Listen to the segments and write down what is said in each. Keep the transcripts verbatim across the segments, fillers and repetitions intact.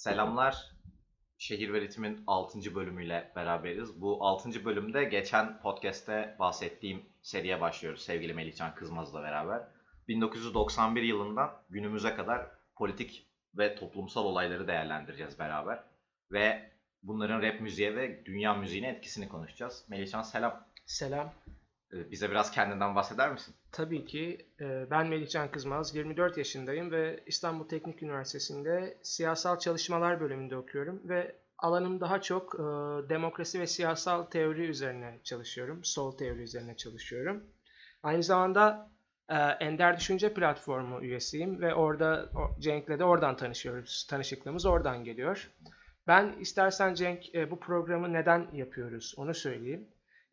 Selamlar. Şehir ve Ritim'in altıncı bölümüyle beraberiz. Bu altıncı bölümde geçen podcast'te bahsettiğim seriye başlıyoruz sevgili Melihcan Kızmaz'la beraber. bin dokuz yüz doksan bir yılından günümüze kadar politik ve toplumsal olayları değerlendireceğiz beraber. Ve bunların rap müziğe ve dünya müziğine etkisini konuşacağız. Melihcan selam. Selam. Bize biraz kendinden bahseder misin? Tabii ki. Ben Melihcan Kızmaz, yirmi dört yaşındayım ve İstanbul Teknik Üniversitesi'nde Siyasal Çalışmalar bölümünde okuyorum ve alanım daha çok demokrasi ve siyasal teori üzerine çalışıyorum, sol teori üzerine çalışıyorum. Aynı zamanda Ender Düşünce Platformu üyesiyim ve orada Cenk'le de oradan tanışıyoruz, tanışıklığımız oradan geliyor. Ben istersen Cenk bu programı neden yapıyoruz onu söyleyeyim.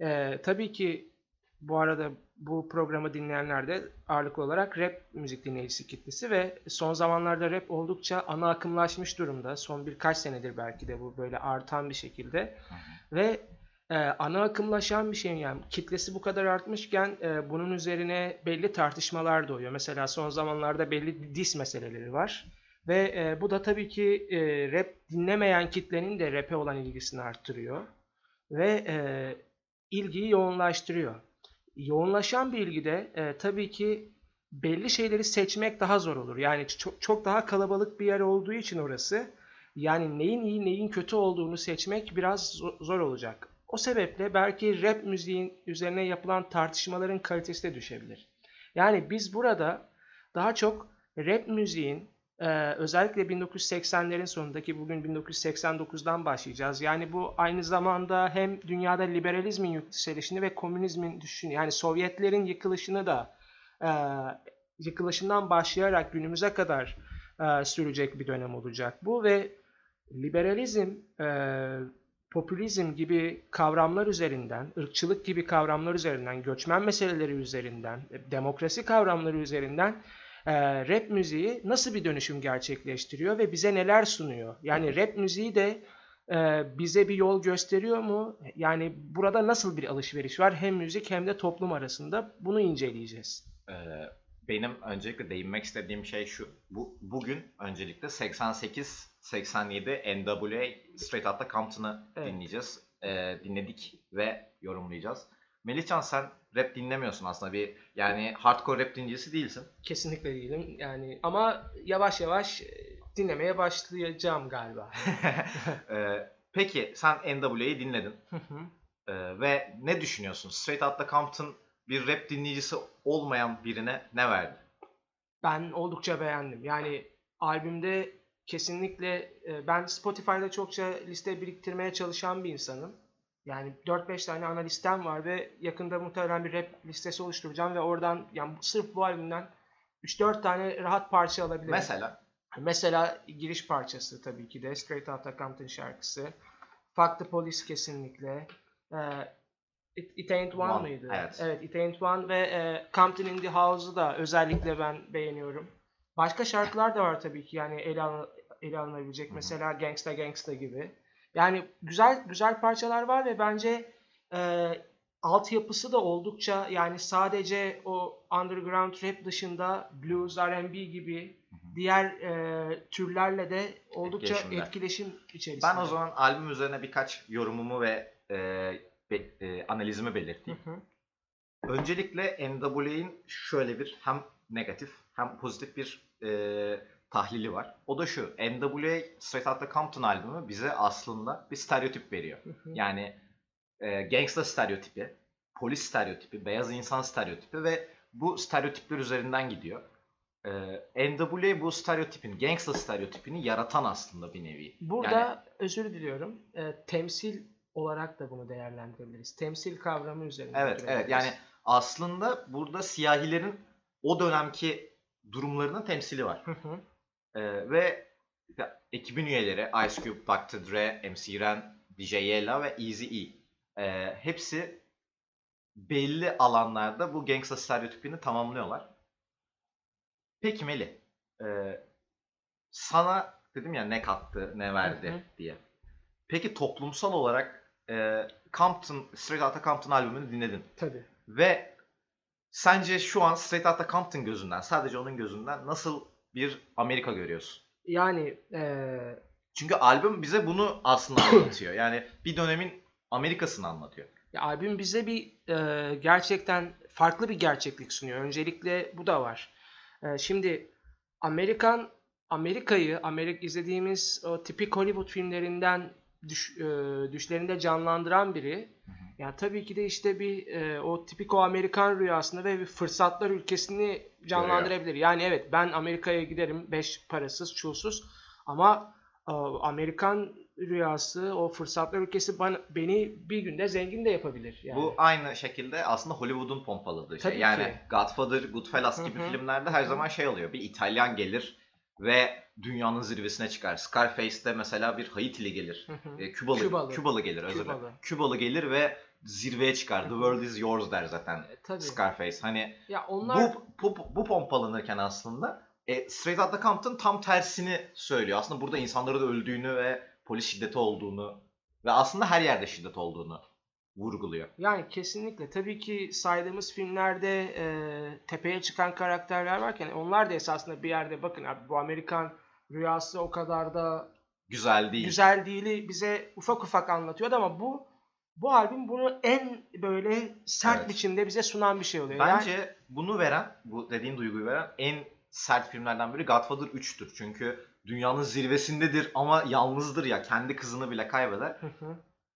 Tabii ki bu arada bu programı dinleyenler de ağırlıklı olarak rap müzik dinleyicisi kitlesi ve son zamanlarda rap oldukça ana akımlaşmış durumda. Son birkaç senedir belki de bu böyle artan bir şekilde. Hı hı. Ve e, ana akımlaşan bir şey, yani kitlesi bu kadar artmışken e, bunun üzerine belli tartışmalar doğuyor. Mesela son zamanlarda belli diss meseleleri var. Ve e, bu da tabii ki e, rap dinlemeyen kitlenin de rap'e olan ilgisini arttırıyor. Ve e, ilgiyi yoğunlaştırıyor. Yoğunlaşan bir ilgide e, tabii ki belli şeyleri seçmek daha zor olur. Yani çok, çok daha kalabalık bir yer olduğu için orası, yani neyin iyi neyin kötü olduğunu seçmek biraz zor olacak. O sebeple belki rap müziğin üzerine yapılan tartışmaların kalitesi de düşebilir. Yani biz burada daha çok rap müziğin Ee, özellikle bin dokuz yüz seksenlerin sonundaki, bugün bin dokuz yüz seksen dokuzdan başlayacağız. Yani bu aynı zamanda hem dünyada liberalizmin yükselişini ve komünizmin düşüşünü, yani Sovyetlerin yıkılışını da e, yıkılışından başlayarak günümüze kadar e, sürecek bir dönem olacak bu ve liberalizm, e, popülizm gibi kavramlar üzerinden, ırkçılık gibi kavramlar üzerinden, göçmen meseleleri üzerinden, demokrasi kavramları üzerinden e, rap müziği nasıl bir dönüşüm gerçekleştiriyor ve bize neler sunuyor? Yani rap müziği de e, bize bir yol gösteriyor mu? Yani burada nasıl bir alışveriş var? Hem müzik hem de toplum arasında, bunu inceleyeceğiz. Ee, benim öncelikle değinmek istediğim şey şu. Bu bugün öncelikle seksen sekiz seksen yedi N W A Straight Outta Compton'ı evet. dinleyeceğiz. Ee, dinledik ve yorumlayacağız. Melihcan, sen rap dinlemiyorsun aslında, bir yani hardcore rap dinleyicisi değilsin. Kesinlikle değilim yani, ama yavaş yavaş dinlemeye başlayacağım galiba. ee, peki sen N W A'yı dinledin ee, ve ne düşünüyorsun? Straight Outta Compton bir rap dinleyicisi olmayan birine ne verdi? Ben oldukça beğendim. Yani albümde kesinlikle, ben Spotify'da çokça liste biriktirmeye çalışan bir insanım. Yani dört beş tane ana listem var ve yakında muhtemelen bir rap listesi oluşturacağım ve oradan, yani sırf bu albümden üç dört tane rahat parça alabilirim. Mesela? Mesela giriş parçası tabii ki de Straight Outta Compton şarkısı. Fuck the Police kesinlikle. It, It Ain't One, One mıydı? Evet. Evet, It Ain't One ve e, Compton in the House'u da özellikle ben beğeniyorum. Başka şarkılar da var tabii ki, yani ele, al, ele alınabilecek. Hı-hı. Mesela Gangsta Gangsta gibi. Yani güzel güzel parçalar var ve bence e, altyapısı da oldukça, yani sadece o underground rap dışında blues, R and B gibi Hı-hı. diğer e, türlerle de oldukça Etkileşimler. etkileşim içerisinde. Ben o zaman albüm üzerine birkaç yorumumu ve e, be, e, analizimi belirteyim. Hı hı. Öncelikle N W A'nin şöyle bir hem negatif hem pozitif bir e, tahlili var. O da şu: N W A Straight Outta Compton albümü bize aslında bir stereotip veriyor. Hı hı. Yani e, gangsta stereotipi, polis stereotipi, beyaz insan stereotipi ve bu stereotipler üzerinden gidiyor. E, N W A bu stereotipin, gangsta stereotipini yaratan aslında bir nevi. Burada yani, özür diliyorum, e, temsil olarak da bunu değerlendirebiliriz. Temsil kavramı üzerinde. Evet, evet. Yani aslında burada siyahilerin o dönemki durumlarının temsili var. Hı hı. Ee, ve ekibin üyeleri Ice Cube, doktor Dre, M C Ren, D J Yella ve Eazy-E ee, hepsi belli alanlarda bu gangsta stereotipini tamamlıyorlar. Peki Melih, e, sana dedim ya ne kattı, ne verdi hı hı. diye. Peki toplumsal olarak e, Compton, Straight Outta Compton albümünü dinledin. Tabii. Ve sence şu an Straight Outta Compton gözünden, sadece onun gözünden nasıl bir Amerika görüyorsun? Yani e, Çünkü albüm bize bunu aslında anlatıyor. Yani bir dönemin Amerika'sını anlatıyor. Ya, albüm bize bir e, gerçekten farklı bir gerçeklik sunuyor. Öncelikle bu da var. E, şimdi Amerikan Amerika'yı Amerik izlediğimiz o tipik Hollywood filmlerinden düş, e, düşlerinde canlandıran biri. Yani tabii ki de işte bir e, o tipik o Amerikan rüyasını ve bir fırsatlar ülkesini canlandırabilir. Yani evet, ben Amerika'ya giderim beş parasız, çulsuz, ama e, Amerikan rüyası, o fırsatlar ülkesi bana, beni bir günde zengin de yapabilir. Yani. Bu aynı şekilde aslında Hollywood'un pompaladığı şey. Tabii yani ki. Godfather, Goodfellas gibi Hı hı. filmlerde her zaman şey oluyor. Bir İtalyan gelir ve dünyanın zirvesine çıkar. Scarface'de mesela bir Haitili gelir. Hı hı. E, Kübalı, Kübalı. Kübalı gelir özür dilerim. Kübalı. Kübalı gelir ve zirveye çıkar. The world is yours der zaten E, tabii. Scarface. Hani Ya onlar bu, bu, bu pompalanırken aslında e, Straight Outta Compton tam tersini söylüyor. Aslında burada insanların öldüğünü ve polis şiddeti olduğunu ve aslında her yerde şiddet olduğunu vurguluyor. Yani kesinlikle. Tabii ki saydığımız filmlerde e, tepeye çıkan karakterler varken onlar da esasında bir yerde, bakın abi, bu Amerikan rüyası o kadar da Güzel değil. güzel değili bize ufak ufak anlatıyordu, ama bu bu albüm bunu en böyle sert Evet. biçimde bize sunan bir şey oluyor. Bence Yani, bunu veren, bu dediğin duyguyu veren en sert filmlerden biri Godfather üçtür. Çünkü dünyanın zirvesindedir ama yalnızdır ya. Kendi kızını bile kaybeder. hı hı.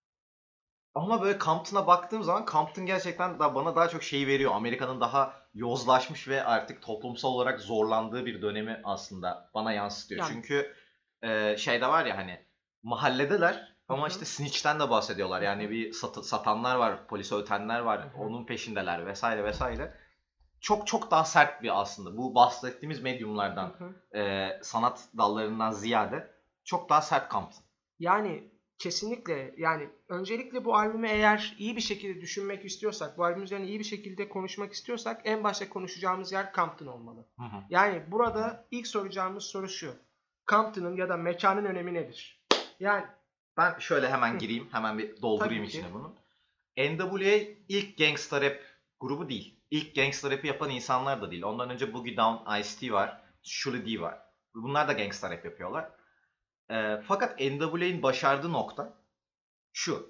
Ama böyle Compton'a baktığım zaman Compton gerçekten da bana daha çok şeyi veriyor. Amerika'nın daha yozlaşmış ve artık toplumsal olarak zorlandığı bir dönemi aslında bana yansıtıyor. Yani- Çünkü e, şeyde var ya hani mahalledeler ama Hı hı. işte snitch'ten de bahsediyorlar. Yani bir sat- satanlar var, polise ötenler var, Hı hı. onun peşindeler vesaire vesaire. Çok çok daha sert bir aslında. Bu bahsettiğimiz medyumlardan, Hı hı. e, sanat dallarından ziyade çok daha sert Compton. Yani kesinlikle, yani öncelikle bu albümü eğer iyi bir şekilde düşünmek istiyorsak, bu albüm üzerine iyi bir şekilde konuşmak istiyorsak en başta konuşacağımız yer Compton olmalı. Hı hı. Yani burada ilk soracağımız soru şu: Compton'ın ya da mekanın önemi nedir? Yani Ben şöyle hemen gireyim, hemen bir doldurayım Tabii ki. içine bunu. N W A ilk gangsta rap grubu değil. İlk gangsta rap'i yapan insanlar da değil. Ondan önce Boogie Down, Ice-T var, Shully D var. Bunlar da gangsta rap yapıyorlar. Ee, fakat N W A'nin başardığı nokta şu.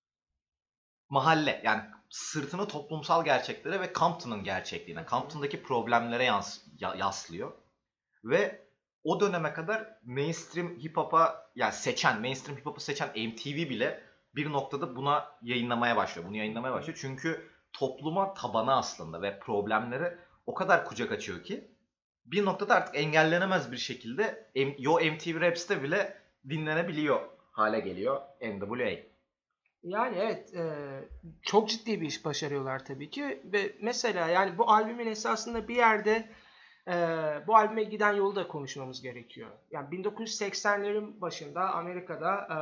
Mahalle, yani sırtını toplumsal gerçeklere ve Compton'ın gerçekliğine, Compton'daki problemlere yans ya- yaslıyor. Ve o döneme kadar mainstream hip hop'a yani seçen, mainstream hip hop'u seçen M T V bile bir noktada buna yayınlamaya başlıyor. Bunu yayınlamaya başlıyor. Çünkü topluma tabana aslında ve problemlere o kadar kucak açıyor ki bir noktada artık engellenemez bir şekilde M- Yo M T V Raps'te bile dinlenebiliyor hale geliyor N W A. Yani evet, e, çok ciddi bir iş başarıyorlar tabii ki ve mesela yani bu albümün esasında bir yerde e, bu albüme giden yolu da konuşmamız gerekiyor. Yani bin dokuz yüz seksenlerin başında Amerika'da e,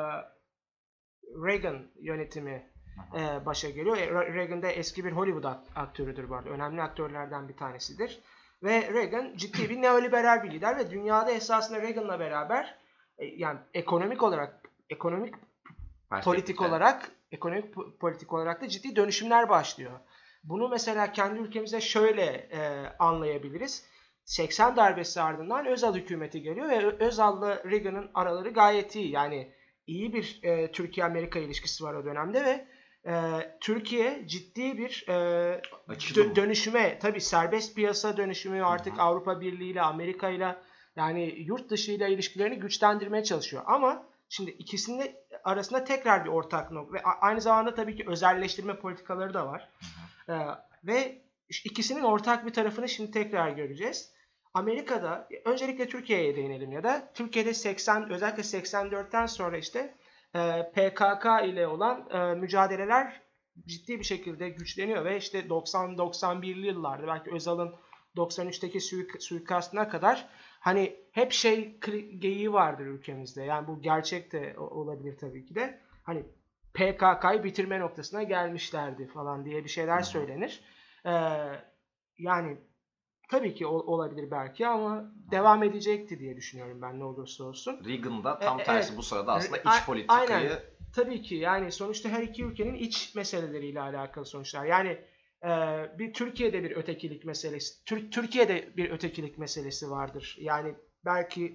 Reagan yönetimi e, başa geliyor. E, Reagan da eski bir Hollywood aktörüdür bu arada. Önemli aktörlerden bir tanesidir. Ve Reagan ciddi bir neoliberal bir lider ve dünyada esasında Reagan'la beraber e, yani ekonomik olarak ekonomik politik olarak ekonomik politik olarak da ciddi dönüşümler başlıyor. Bunu mesela kendi ülkemizde şöyle e, anlayabiliriz. seksen darbesi ardından Özal hükümeti geliyor ve Özal'la Reagan'ın araları gayet iyi. Yani iyi bir e, Türkiye-Amerika ilişkisi var o dönemde ve e, Türkiye ciddi bir e, dö- dönüşüme, tabii serbest piyasa dönüşümü, artık hı hı. Avrupa Birliği ile Amerika ile yani yurt dışı ile ilişkilerini güçlendirmeye çalışıyor. Ama şimdi ikisinin arasında tekrar bir ortak nokta ve aynı zamanda tabii ki özelleştirme politikaları da var. Hı hı. Ee, ve ikisinin ortak bir tarafını şimdi tekrar göreceğiz. Amerika'da öncelikle Türkiye'ye değinelim ya da Türkiye'de seksen özellikle seksen dörtten sonra işte e, P K K ile olan e, mücadeleler ciddi bir şekilde güçleniyor ve işte doksan doksan birli yıllarda belki Özal'ın doksan üçteki suik- suikastına kadar hani hep şey geyiği vardır ülkemizde. Yani bu gerçek de olabilir tabii ki de. Hani P K K'yı bitirme noktasına gelmişlerdi falan diye bir şeyler söylenir. Ee, yani tabii ki olabilir belki ama devam edecekti diye düşünüyorum ben, ne olursa olsun. Reagan'da tam tersi evet. Bu sırada aslında iç A- politikayı... Aynen. Tabii ki yani sonuçta her iki ülkenin iç meseleleriyle alakalı sonuçlar. Yani e, bir Türkiye'de bir ötekilik meselesi, Tür- Türkiye'de bir ötekilik meselesi vardır. Yani belki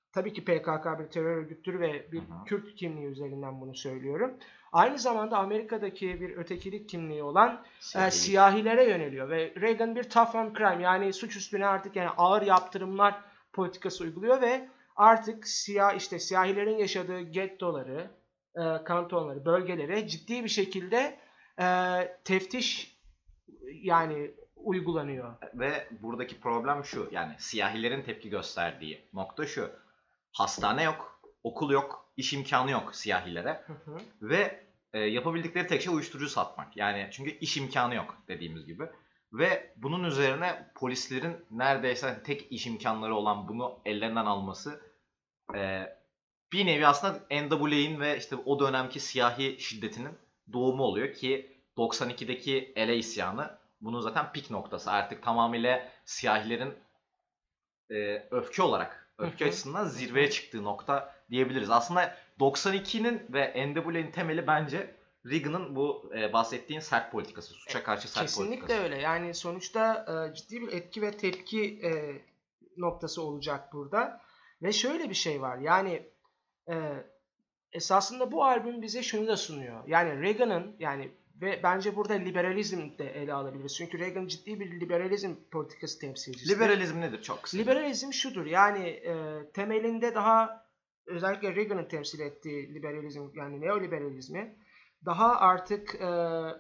tabii ki P K K bir terör örgütüdür ve bir Hı hı. Kürt kimliği üzerinden bunu söylüyorum. Aynı zamanda Amerika'daki bir ötekilik kimliği olan e, siyahilere yöneliyor ve Reagan bir tough on crime, yani suç üstüne artık yani ağır yaptırımlar politikası uyguluyor ve artık siyah işte siyahilerin yaşadığı gettoları, e, kantonları, bölgelere ciddi bir şekilde e, teftiş yani uygulanıyor. Ve buradaki problem şu, yani siyahilerin tepki gösterdiği nokta şu: hastane yok, okul yok, iş imkanı yok siyahilere. Hı hı. Ve e, yapabildikleri tek şey uyuşturucu satmak. Yani çünkü iş imkanı yok dediğimiz gibi. Ve bunun üzerine polislerin neredeyse tek iş imkanları olan bunu ellerinden alması e, bir nevi aslında N W A'in ve işte o dönemki siyahi şiddetinin doğumu oluyor ki doksan ikideki L A isyanı bunun zaten pik noktası. Artık tamamıyla siyahilerin e, öfke olarak, öfke Hı hı. açısından zirveye çıktığı nokta diyebiliriz. Aslında doksan ikinin ve N W A'nin temeli bence Reagan'ın bu e, bahsettiğin sert politikası, suça karşı sert Kesinlikle politikası. öyle. Yani sonuçta e, ciddi bir etki ve tepki e, noktası olacak burada. Ve şöyle bir şey var. Yani e, esasında bu albüm bize şunu da sunuyor. Yani Reagan'ın, yani ve bence burada liberalizm de ele alabiliriz. Çünkü Reagan ciddi bir liberalizm politikası temsilcisi. Liberalizm nedir? Çok kısaca. Liberalizm şudur. Yani e, temelinde daha özellikle Reagan'ın temsil ettiği liberalizm, yani neoliberalizmi daha artık e,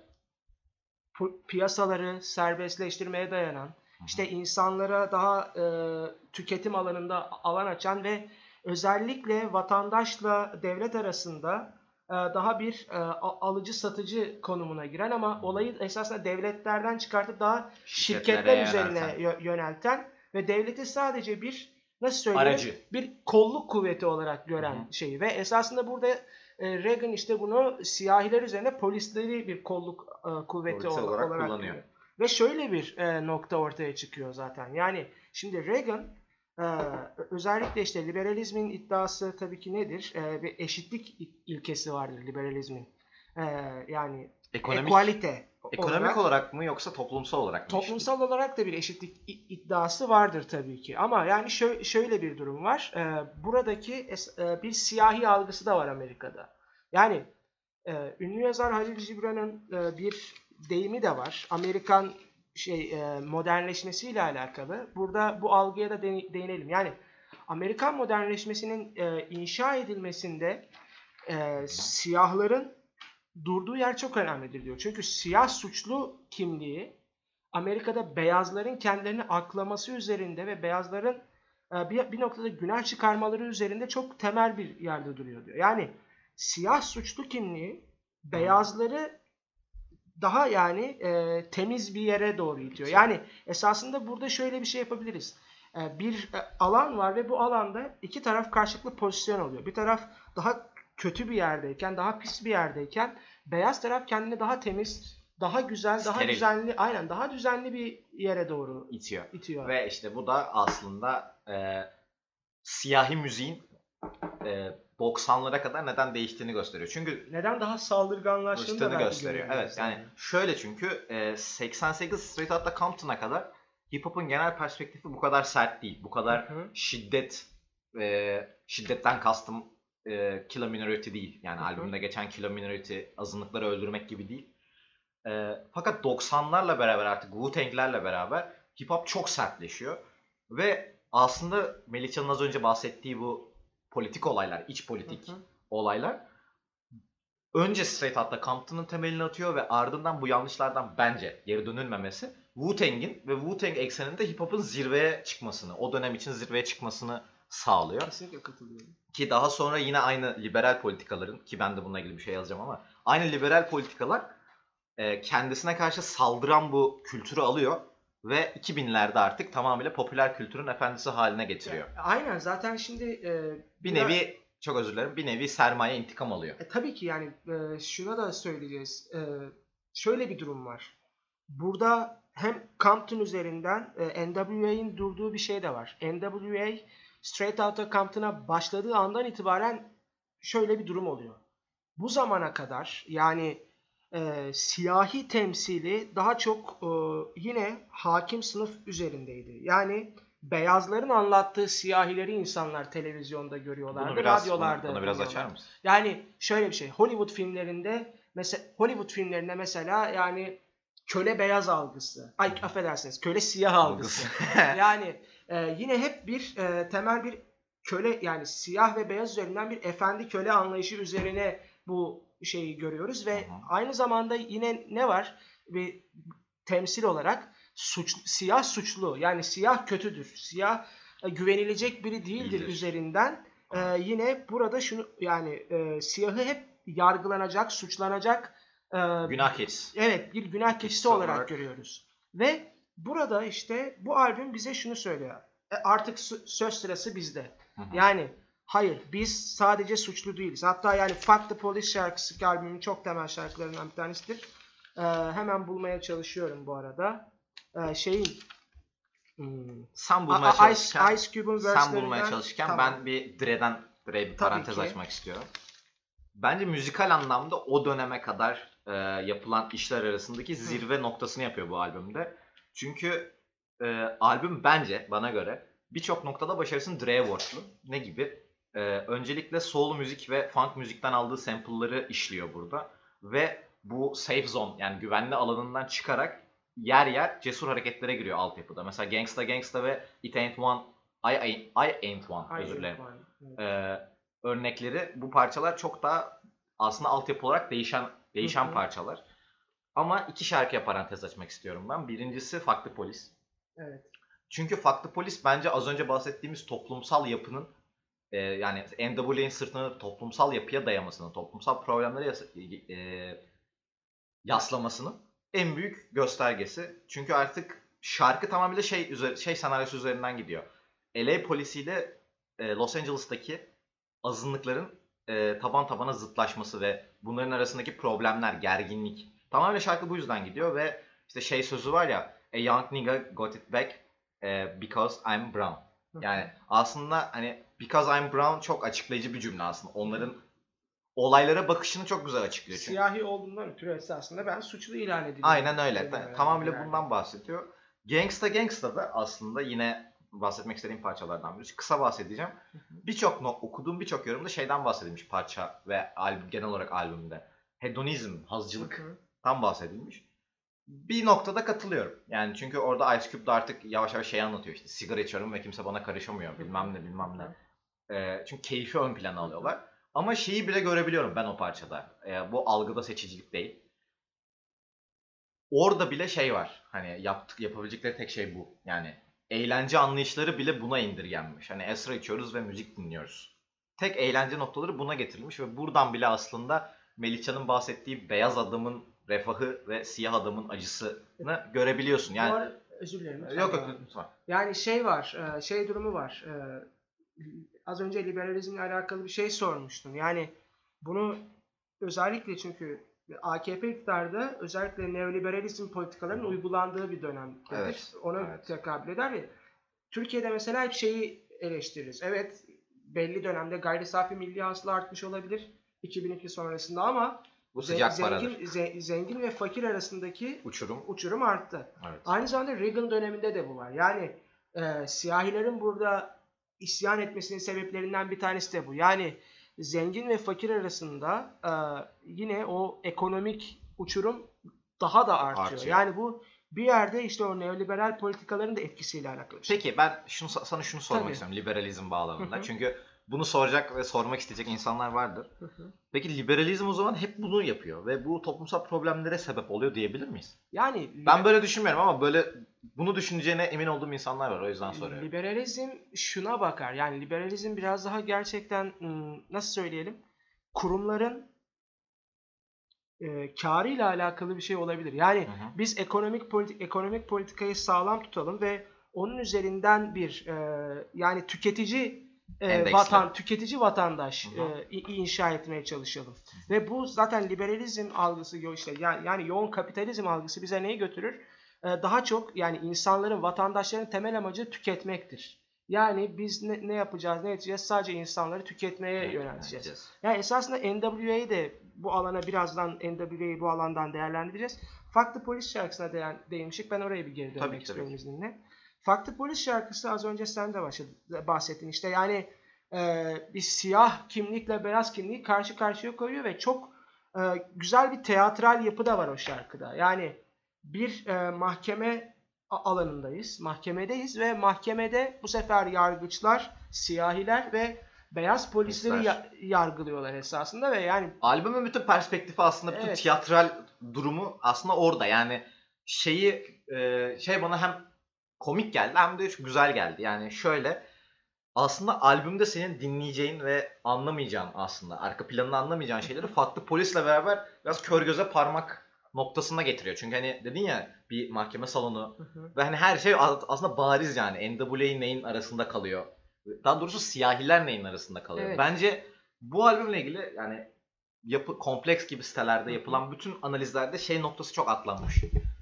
piyasaları serbestleştirmeye dayanan, işte insanlara daha e, tüketim alanında alan açan ve özellikle vatandaşla devlet arasında e, daha bir e, alıcı satıcı konumuna giren ama olayı esasında devletlerden çıkartıp daha şirketler üzerine yönelten ve devleti sadece bir, nasıl söyleyeyim, aracı, bir kolluk kuvveti olarak gören hı hı. şeyi ve esasında burada Reagan işte bunu siyahiler üzerine polisleri bir kolluk e, kuvveti olarak, olarak, olarak kullanıyor. Diyor. Ve şöyle bir e, nokta ortaya çıkıyor zaten. Yani şimdi Reagan e, özellikle işte liberalizmin iddiası tabii ki nedir? E, bir eşitlik ilkesi vardır liberalizmin. E, yani ekonomik, equalite ekonomik olarak, olarak mı yoksa toplumsal olarak mı? Toplumsal eşitlik? Olarak da bir eşitlik iddiası vardır tabii ki. Ama yani şö- şöyle bir durum var. E, buradaki es- e, bir siyahi algısı da var Amerika'da. Yani e, ünlü yazar Halil Cibran'ın e, bir deyimi de var. Amerikan şey e, modernleşmesiyle alakalı. Burada bu algıya da de- değinelim. Yani Amerikan modernleşmesinin e, inşa edilmesinde e, siyahların durduğu yer çok önemlidir diyor. Çünkü siyah suçlu kimliği Amerika'da beyazların kendilerini aklaması üzerinde ve beyazların e, bir, bir noktada günah çıkarmaları üzerinde çok temel bir yerde duruyor diyor. Yani siyah suçlu kimliği beyazları daha yani e, temiz bir yere doğru itiyor. Yani esasında burada şöyle bir şey yapabiliriz. E, bir e, alan var ve bu alanda iki taraf karşılıklı pozisyon alıyor. Bir taraf daha kötü bir yerdeyken, daha pis bir yerdeyken beyaz taraf kendini daha temiz, daha güzel, daha Steril. düzenli, aynen daha düzenli bir yere doğru itiyor. itiyor. Ve işte bu da aslında e, siyahi müziğin e, doksanlara kadar neden değiştiğini gösteriyor. Çünkü neden daha saldırganlaştığını gösteriyor. Evet, yani yani şöyle, çünkü e, seksen sekiz Straight Outta Compton'a kadar hip hop'un genel perspektifi bu kadar sert değil. Bu kadar hı hı. şiddet e, şiddetten kastım e, kill a minority değil. Yani hı hı. albümde geçen kill a minority azınlıkları öldürmek gibi değil. E, fakat doksanlarla beraber, artık Wu-Tang'lerle beraber hip hop çok sertleşiyor. Ve aslında Melihcan'ın az önce bahsettiği bu politik olaylar, iç politik hı hı. olaylar önce Straight Outta Compton'ın temelini atıyor ve ardından bu yanlışlardan bence geri dönülmemesi Wu-Tang'in ve Wu-Tang ekseninde hip hop'un zirveye çıkmasını, o dönem için zirveye çıkmasını sağlıyor. Kesinlikle katılıyorum. Ki daha sonra yine aynı liberal politikaların, ki ben de bununla ilgili bir şey yazacağım ama aynı liberal politikalar kendisine karşı saldıran bu kültürü alıyor ve iki binlerde artık tamamıyla popüler kültürün efendisi haline getiriyor. Ya, aynen, zaten şimdi e, bir biraz... nevi çok özür dilerim, bir nevi sermaye intikam alıyor. E, tabii ki yani e, şuna da söyleyeceğiz. E, şöyle bir durum var. Burada hem Compton üzerinden e, N W A'in durduğu bir şey de var. N W A Straight Outta Compton'a başladığı andan itibaren şöyle bir durum oluyor. Bu zamana kadar yani e, siyahi temsili daha çok e, yine hakim sınıf üzerindeydi. Yani beyazların anlattığı siyahileri insanlar televizyonda görüyorlardı, Bunu biraz, radyolarda. bunu, bunu biraz açar dinliyorlardı. mısın? Yani şöyle bir şey. Hollywood filmlerinde mesela Hollywood filmlerinde mesela yani köle beyaz algısı. Ay affedersiniz, köle siyah algısı. Yani e, yine hep bir e, temel bir köle, yani siyah ve beyaz üzerinden bir efendi köle anlayışı üzerine bu şeyi görüyoruz ve Hı hı. aynı zamanda yine ne var? Bir temsil olarak suç, siyah suçlu, yani siyah kötüdür, siyah e, güvenilecek biri değildir Değildir. üzerinden e, yine burada şunu, yani e, siyahı hep yargılanacak, suçlanacak, e, Günah keçisi. evet, bir günah keçisi Keçisi olarak, olarak görüyoruz. Ve burada işte bu albüm bize şunu söylüyor. E, artık sö- söz sırası bizde. Hı hı. Yani hayır, biz sadece suçlu değiliz. Hatta yani Fuck the Police şarkısı ki albümün çok temel şarkılarından bir tanesidir. Ee, hemen bulmaya çalışıyorum bu arada. Ee, şeyin hmm, Sen bulmaya A- A- çalışırken, Ice, Ice Cube'un sen verse'lerinden, bulmaya çalışırken tamam. ben bir Dre'den, Dre bir Tabii parantez ki. açmak istiyorum. Bence müzikal anlamda o döneme kadar e, yapılan işler arasındaki zirve noktasını yapıyor bu albümde. Çünkü e, albüm bence bana göre birçok noktada başarısının Dre'ye borçlu. Ne gibi? E, öncelikle soul müzik ve funk müzikten aldığı sample'ları işliyor burada. Ve bu safe zone, yani güvenli alanından çıkarak yer yer cesur hareketlere giriyor altyapıda. Mesela Gangsta Gangsta ve It Ain't One, I, I, I Ain't One, özür dilerim. Ee, örnekleri, bu parçalar çok daha aslında altyapı olarak değişen değişen Hı hı. parçalar. Ama iki şarkıya parantez açmak istiyorum ben. Birincisi Fuck the Police. Evet. Çünkü Fuck the Police bence az önce bahsettiğimiz toplumsal yapının e, yani N W A'nin sırtını toplumsal yapıya dayamasının, toplumsal problemlere yas- e, yaslamasının en büyük göstergesi. Çünkü artık şarkı tamamıyla şey üzeri, şey senaryosu üzerinden gidiyor. L A polisiyle e, Los Angeles'taki azınlıkların e, taban tabana zıtlaşması ve bunların arasındaki problemler, gerginlik. Tamamen şarkı bu yüzden gidiyor ve işte şey sözü var ya, A young nigga got it back e, because I'm brown. Yani aslında hani because I'm brown çok açıklayıcı bir cümle aslında. Onların olaylara bakışını çok güzel açıklıyor çünkü. Siyahi olduğundan ötürü esasında ben suçlu ilan ediliyorum. Aynen öyle. Ediliyorum Tamamıyla yani. bundan bahsediyor. Gangsta Gangsta da aslında yine bahsetmek istediğim parçalardan birisi. Kısa bahsedeceğim. Birçok no- okuduğum birçok yorumda şeyden bahsedilmiş parça ve albüm, genel olarak albümde. Hedonizm, hazcılıktan bahsedilmiş. Bir noktada katılıyorum. Yani çünkü orada Ice Cube de artık yavaş yavaş şey anlatıyor, işte sigara içiyorum ve kimse bana karışamıyor, bilmem ne bilmem ne. Ee, çünkü keyfi ön plana alıyorlar. Ama şeyi bile görebiliyorum ben o parçada. Ee, bu algıda seçicilik değil. Orada bile şey var. Hani yaptık, yapabilecekleri tek şey bu. Yani eğlence anlayışları bile buna indirgenmiş. Hani esra içiyoruz ve müzik dinliyoruz. Tek eğlence noktaları buna getirilmiş ve buradan bile aslında Melihcan'ın bahsettiği beyaz adamın refahı ve siyah adamın acısını görebiliyorsun. Yani Bu arada, özür dilerim. yok yok lütfen. Yani şey var, şey durumu var. Az önce liberalizmle alakalı bir şey sormuştum. Yani bunu özellikle çünkü A K P iktidarda özellikle neoliberalizm politikalarının uygulandığı bir dönemdir. Evet, Ona evet. tekabül eder ve Türkiye'de mesela hep şeyi eleştiririz. Evet, belli dönemde gayri safi milli hasıla artmış olabilir iki bin iki sonrasında ama bu sıcak zengin, paradır. ze- zengin ve fakir arasındaki Uçurum. uçurum arttı. Evet. Aynı zamanda Reagan döneminde de bu var. Yani e, siyahilerin burada isyan etmesinin sebeplerinden bir tanesi de bu. Yani zengin ve fakir arasında e, yine o ekonomik uçurum daha da artıyor. Artıyor. Yani bu bir yerde işte o neoliberal politikaların da etkisiyle alakalı bir şey. Peki ben şunu sana şunu sormak Tabii. istiyorum liberalizm bağlamında. Hı hı. Çünkü bunu soracak ve sormak isteyecek insanlar vardır. Hı hı. Peki liberalizm o zaman hep bunu yapıyor ve bu toplumsal problemlere sebep oluyor diyebilir miyiz? Yani Ben böyle düşünmüyorum ama böyle bunu düşüneceğine emin olduğum insanlar var, o yüzden soruyorum. Liberalizm şuna bakar. Yani liberalizm biraz daha gerçekten nasıl söyleyelim? Kurumların e, karıyla alakalı bir şey olabilir. Yani Hı hı. biz ekonomik politik ekonomik politikayı sağlam tutalım ve onun üzerinden bir e, yani tüketici e, vatan tüketici vatandaş Hı hı. e, inşa etmeye çalışalım. Ve bu zaten liberalizm algısı işte yani, yani yoğun kapitalizm algısı bize neyi götürür? E, daha çok yani insanların, vatandaşların temel amacı tüketmektir. Yani biz ne, ne yapacağız, ne edeceğiz? Sadece insanları tüketmeye Evet, yönelteceğiz. edeceğiz. Yani esasında N W A'yı de bu alana birazdan N W A'yı bu alandan değerlendireceğiz. Fuck the Police şarkısına değin, değinmiştik. Ben oraya bir geri dönmek Tabii, istiyorum tabii. izninle. Fuck the Police şarkısı az önce sen de bahsettin işte yani e, bir siyah kimlikle beyaz kimliği karşı karşıya koyuyor ve çok e, güzel bir teatral yapı da var o şarkıda. Yani bir e, mahkeme alanındayız, mahkemedeyiz ve mahkemede bu sefer yargıçlar, siyahiler ve beyaz polisleri ya- yargılıyorlar esasında ve yani albümün bütün perspektifi aslında bütün evet. tiyatral durumu aslında orada. Yani şeyi e, şey bana hem komik geldi hem de güzel geldi. Yani şöyle aslında albümde senin dinleyeceğin ve anlamayacağın aslında arka planını anlamayacağın şeyleri farklı polisle beraber biraz kör göze parmak noktasına getiriyor. Çünkü hani dedin ya bir mahkeme salonu hı hı. ve hani her şey aslında bariz yani N W A neyin arasında kalıyor. Daha doğrusu siyahiler neyin arasında kalıyor. Evet. Bence bu albümle ilgili yani yapı kompleks gibi sitelerde yapılan bütün analizlerde şey noktası çok atlanmış.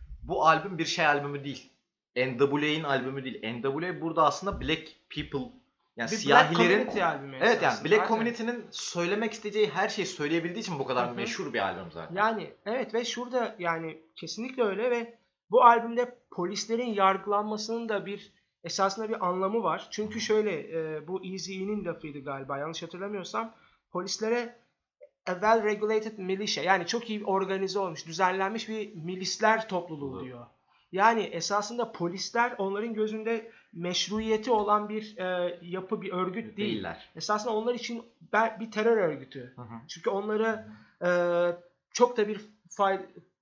Bu albüm bir şey albümü değil. N W A'in albümü değil. N W A burada aslında Black People yani bir siyahilerin Black albümü evet yani Black aynen. Community'nin söylemek isteyeceği her şeyi söyleyebildiği için bu kadar Hı-hı. meşhur bir albüm zaten. Yani evet ve şurada yani kesinlikle öyle ve bu albümde polislerin yargılanmasının da bir esasında bir anlamı var. Çünkü şöyle e, bu Eazy-E'nin lafıydı galiba yanlış hatırlamıyorsam polislere a well regulated militia yani çok iyi organize olmuş, düzenlenmiş bir milisler topluluğu diyor. Yani esasında polisler onların gözünde meşruiyeti olan bir e, yapı, bir örgüt değil. Değiller. Esasında onlar için bir terör örgütü. Hı hı. Çünkü onlara e, çok da bir fay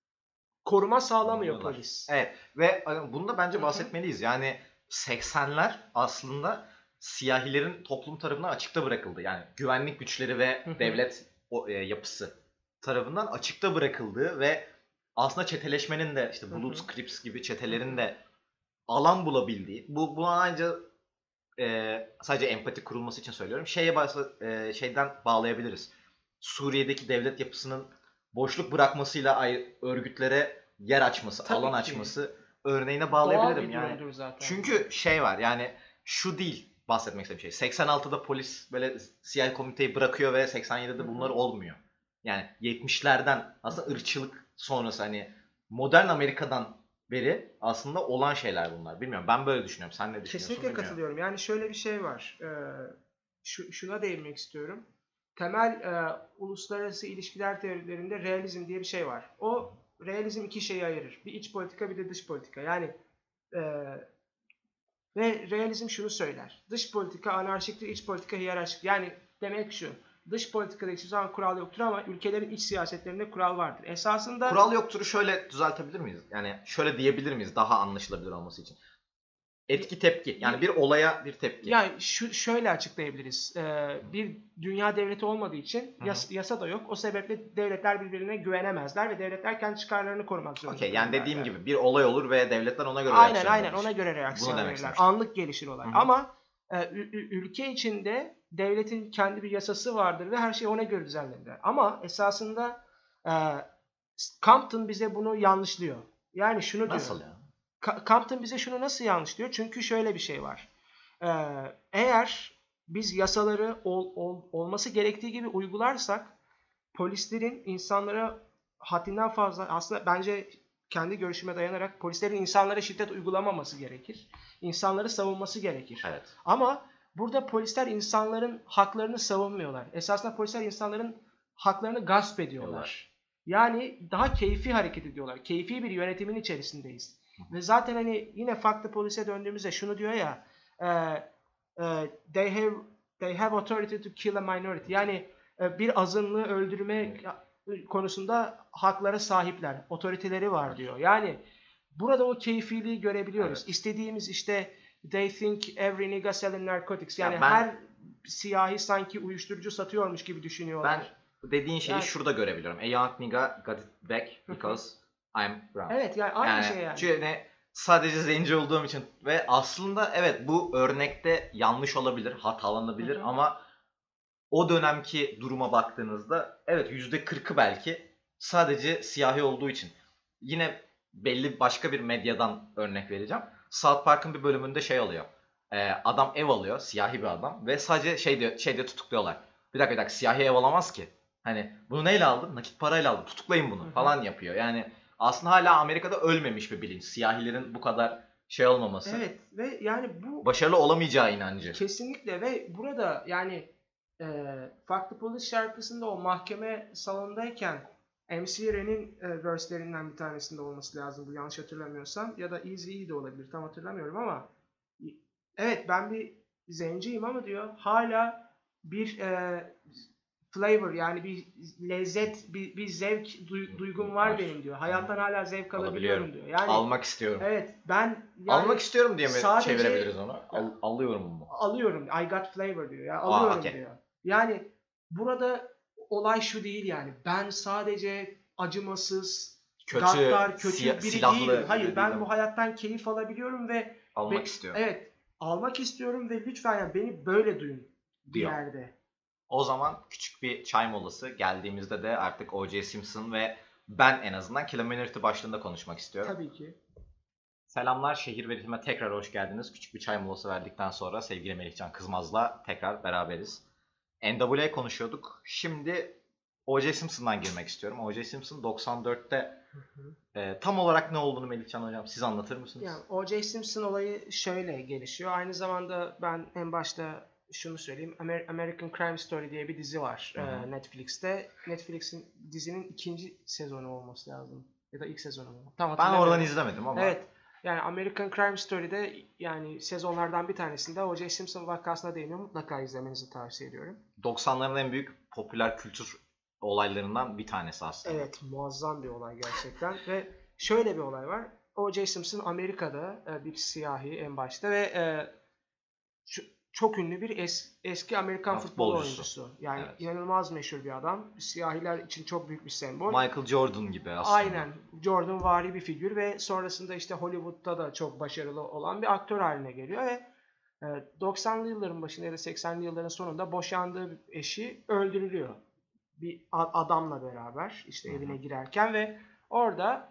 koruma sağlamıyor Anlıyorlar. Polis. Evet ve bunu da bence bahsetmeliyiz. Yani seksenler aslında siyahilerin toplum tarafından açıkta bırakıldı. Yani güvenlik güçleri ve hı hı. devlet o, e, yapısı tarafından açıkta bırakıldığı ve aslında çeteleşmenin de işte Bloods, Crips gibi çetelerin de alan bulabildiği. Bu buna ancak e, sadece empati kurulması için söylüyorum. Şeye e, şeyden bağlayabiliriz. Suriye'deki devlet yapısının boşluk bırakmasıyla ay, örgütlere yer açması, Tabii alan ki. açması örneğine bağlayabilirim yani. Çünkü şey var yani şu değil bahsetmek istediğim şey. seksen altıda polis böyle siyah komiteyi bırakıyor ve seksen yedide bunlar olmuyor. Yani yetmişlerden aslında ırkçılık sonrası hani modern Amerika'dan beri aslında olan şeyler bunlar. Bilmiyorum ben böyle düşünüyorum. Sen ne düşünüyorsun? Kesinlikle bilmiyorum. katılıyorum. Yani şöyle bir şey var. Ee, şu, şuna değinmek istiyorum. Temel e, uluslararası ilişkiler teorilerinde realizm diye bir şey var. O realizm iki şeyi ayırır. Bir iç politika bir de dış politika. Yani e, ve realizm şunu söyler. Dış politika anarşiktir, iç politika hiyerarşik. Yani demek şu. Dış politikada hiçbir zaman kural yoktur ama ülkelerin iç siyasetlerinde kural vardır. Esasında kural yoktur'u şöyle düzeltebilir miyiz? Yani şöyle diyebilir miyiz daha anlaşılabilir olması için? Etki tepki. Yani bir olaya bir tepki. Yani şu şöyle açıklayabiliriz. Ee, bir dünya devleti olmadığı için yas, yasa da yok. O sebeple devletler birbirine güvenemezler ve devletler kendi çıkarlarını korumak zorunda. Okey. Yani dediğim yani. gibi bir olay olur ve devletler ona göre aynen, reaksiyon Aynen aynen ona göre reaksiyon verirler. Anlık gelişir olay. Hı-hı. Ama e, ülke içinde devletin kendi bir yasası vardır ve her şey ona göre düzenlenir. Ama esasında e, Compton bize bunu yanlışlıyor. Yani şunu diyor. Nasıl ya? Compton bize şunu nasıl yanlışlıyor? Çünkü şöyle bir şey var. Ee, eğer biz yasaları ol, ol, olması gerektiği gibi uygularsak polislerin insanlara haddinden fazla aslında bence kendi görüşüme dayanarak polislerin insanlara şiddet uygulamaması gerekir. İnsanları savunması gerekir. Evet. Ama burada polisler insanların haklarını savunmuyorlar. Esasında polisler insanların haklarını gasp ediyorlar. Diyorlar. Yani daha keyfi hareket ediyorlar. Keyfi bir yönetimin içerisindeyiz. Ve zaten hani yine Fuck the Police'e döndüğümüzde şunu diyor ya e, e, they have they have authority to kill a minority. Yani e, bir azınlığı öldürme konusunda haklara sahipler. Otoriteleri var diyor. Yani burada o keyfiliği görebiliyoruz. Evet. İstediğimiz işte they think every nigga selling narcotics. Yani ya ben, her siyahi sanki uyuşturucu satıyormuş gibi düşünüyorlar. Ben dediğin şeyi yani, şurada görebiliyorum. A young nigga got it back because I'm brown. Evet yani aynı yani, şey yani. Çünkü ne, sadece zenci olduğum için ve aslında evet bu örnekte yanlış olabilir, hatalanabilir Hı-hı. ama o dönemki duruma baktığınızda evet yüzde kırkı belki sadece siyahi olduğu için. Yine belli başka bir medyadan örnek vereceğim. South Park'ın bir bölümünde şey oluyor. Ee, adam ev alıyor, siyahi bir adam ve sadece şey diye, şey diye tutukluyorlar. Bir dakika bir dakika siyahi ev alamaz ki. Hani bunu neyle aldın? Nakit parayla aldın. Tutuklayın bunu Hı-hı. falan yapıyor. Yani aslında hala Amerika'da ölmemiş bir bilinç. Siyahilerin bu kadar şey olmaması. Evet ve yani bu başarılı olamayacağı inancı. Kesinlikle ve burada yani e, Farklı Polis şarkısında o mahkeme salonundayken M C Ren'in e, verse'lerinden bir tanesinde olması lazım bu, yanlış hatırlamıyorsam, ya da Eazy-E de olabilir, tam hatırlamıyorum ama evet ben bir zenciyim ama diyor hala bir e, flavor, yani bir lezzet, bir, bir zevk duy- duygum var, var benim diyor. Hayattan hala zevk alabiliyorum diyor. Yani almak istiyorum. Evet, ben yani almak istiyorum diye mi sadece çevirebiliriz onu? Al, alıyorum mu? Alıyorum. I got flavor diyor ya. Alıyorum Aa, okay. diyor. Yani burada olay şu değil yani. Ben sadece acımasız, kötü, gaddar, kötü siya- biri silahlı değilim. Hayır, biri ben değilim. bu hayattan keyif alabiliyorum ve almak ve, istiyorum. Evet, almak istiyorum ve lütfen yani beni böyle duyun bir diyor. yerde. O zaman küçük bir çay molası, geldiğimizde de artık O J Simpson ve ben en azından Killuminati başlığında konuşmak istiyorum. Tabii ki. Selamlar, şehir ve ritme tekrar hoş geldiniz. Küçük bir çay molası verdikten sonra sevgili Melihcan Kızmaz'la tekrar beraberiz. N W A konuşuyorduk. Şimdi O J Simpson'dan girmek istiyorum. O J Simpson doksan dörtte hı hı. E, tam olarak ne olduğunu Melihcan Hocam siz anlatır mısınız? Yani O J Simpson olayı şöyle gelişiyor. Aynı zamanda ben en başta şunu söyleyeyim. Amer- American Crime Story diye bir dizi var e, Netflix'te. Netflix'in dizinin ikinci sezonu olması lazım. Ya da ilk sezonu mu? Tam ben oradan izlemedim ama. Evet. Yani American Crime Story'de yani sezonlardan bir tanesinde O J Simpson vakasına değiniyor. Mutlaka izlemenizi tavsiye ediyorum. doksanların en büyük popüler kültür olaylarından bir tanesi aslında. Evet, muazzam bir olay gerçekten. Ve şöyle bir olay var. O J Simpson Amerika'da bir siyahi en başta ve çok ünlü bir es, eski Amerikan futbol oyuncusu. Yani evet. inanılmaz meşhur bir adam. Siyahiler için çok büyük bir sembol. Michael Jordan gibi aslında. Aynen. Jordan vari bir figür ve sonrasında işte Hollywood'da da çok başarılı olan bir aktör haline geliyor ve doksanlı yılların başında ya da seksenli yılların sonunda boşandığı eşi öldürülüyor. Bir adamla beraber işte Hı-hı. evine girerken ve orada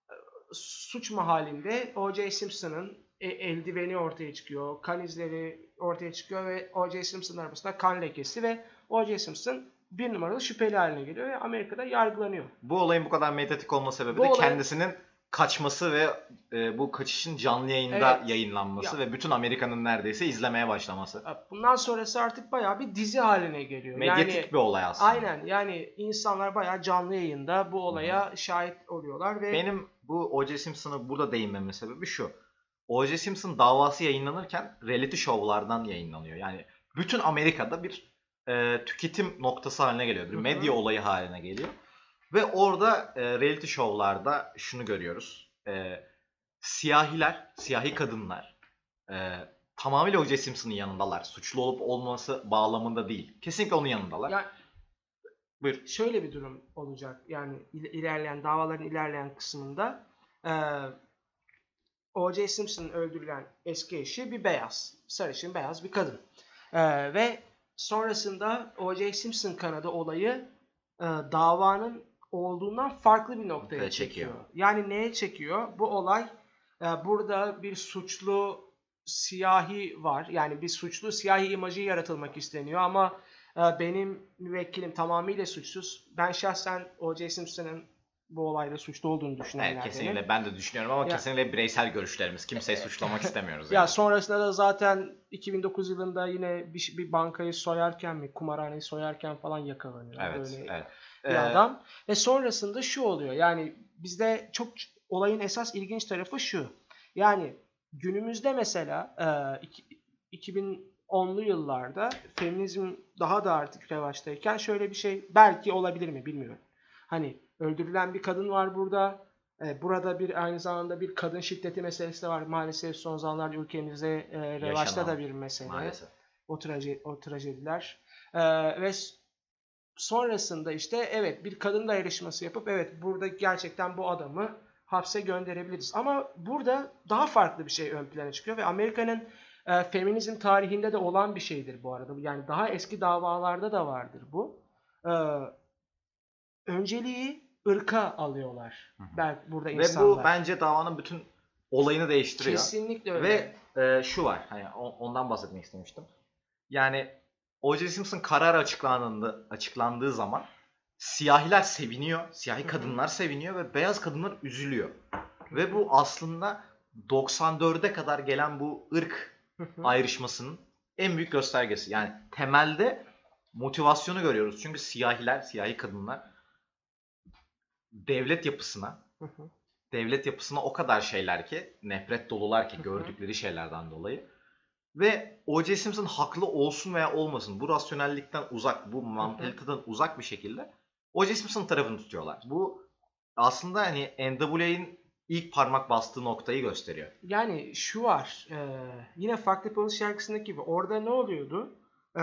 suç mahallinde O J Simpson'ın eldiveni ortaya çıkıyor, kan izleri ortaya çıkıyor ve O J Simpson'ın arasında kan lekesi ve O J Simpson bir numaralı şüpheli haline geliyor ve Amerika'da yargılanıyor. Bu olayın bu kadar medyatik olma sebebi bu de olay... kendisinin kaçması ve e, bu kaçışın canlı yayında evet. yayınlanması ya. Ve bütün Amerika'nın neredeyse izlemeye başlaması. Bundan sonrası artık bayağı bir dizi haline geliyor. Medyatik yani, bir olay aslında. Aynen, yani insanlar bayağı canlı yayında bu olaya Hı-hı. şahit oluyorlar ve benim bu O J Simpson'a burada değinmemin sebebi şu. O J Simpson davası yayınlanırken reality show'lardan yayınlanıyor. Yani bütün Amerika'da bir e, tüketim noktası haline geliyor. Bir Hı-hı. medya olayı haline geliyor. Ve orada e, reality show'larda şunu görüyoruz. E, siyahiler, siyahi kadınlar e, tamamıyla O J Simpson'ın yanındalar. Suçlu olup olması bağlamında değil. Kesinlikle onun yanındalar. Ya, Buyur. Şöyle bir durum olacak. Yani ilerleyen davaların ilerleyen kısmında e, O J Simpson'ın öldürülen eski eşi bir beyaz, sarışın beyaz bir kadın. E, ve sonrasında O J Simpson kanadı olayı e, davanın olduğundan farklı bir noktaya çekiyor. çekiyor. Yani neye çekiyor? Bu olay e, burada bir suçlu siyahi var. Yani bir suçlu siyahi imajı yaratılmak isteniyor ama e, benim müvekkilim tamamıyla suçsuz. Ben şahsen O J Simpson'ın bu olayda suçlu olduğunu düşünenlerdenim. Evet, kesinlikle ben de düşünüyorum ama ya, kesinlikle bireysel görüşlerimiz. Kimseyi suçlamak istemiyoruz. Yani. Ya sonrasında da zaten iki bin dokuz yılında yine bir, bir bankayı soyarken mi, kumarhaneyi soyarken falan yakalanıyor. Evet, Böyle evet. bir ee, adam. Ve sonrasında şu oluyor. Yani bizde çok olayın esas ilginç tarafı şu. Yani günümüzde mesela e, iki bin onlu yıllarda feminizm daha da artık revaçtayken şöyle bir şey belki olabilir mi bilmiyorum. Hani öldürülen bir kadın var burada. Ee, burada bir aynı zamanda bir kadın şiddeti meselesi de var. Maalesef son zamanlarda ülkemizde e, revaçta da bir mesele. Maalesef. O, traje, o trajediler. Ee, ve sonrasında işte evet bir kadın da yarışması yapıp evet burada gerçekten bu adamı hapse gönderebiliriz. Ama burada daha farklı bir şey ön plana çıkıyor ve Amerika'nın e, feminizm tarihinde de olan bir şeydir bu arada. Yani daha eski davalarda da vardır bu. Ee, önceliği ırka alıyorlar. Hı hı. Belki burada insanlar. Ve bu bence davanın bütün olayını değiştiriyor. Kesinlikle öyle. Ve e, şu var. Hani ondan bahsetmek istemiştim. Yani O J Simpson kararı açıklandığı, açıklandığı zaman siyahiler seviniyor. Siyahi kadınlar seviniyor ve beyaz kadınlar üzülüyor. Ve bu aslında doksan dörde kadar gelen bu ırk ayrışmasının en büyük göstergesi. Yani temelde motivasyonu görüyoruz. Çünkü siyahiler, siyahi kadınlar devlet yapısına devlet yapısına o kadar şeyler ki, nefret dolular ki gördükleri şeylerden dolayı. Ve O J. Simpson haklı olsun veya olmasın, bu rasyonellikten uzak, bu mantaliteden uzak bir şekilde O J. Simpson tarafını tutuyorlar. Bu aslında hani N W A'nin ilk parmak bastığı noktayı gösteriyor. Yani şu var, e, yine Farklı Polis şarkısındaki gibi orada ne oluyordu? E,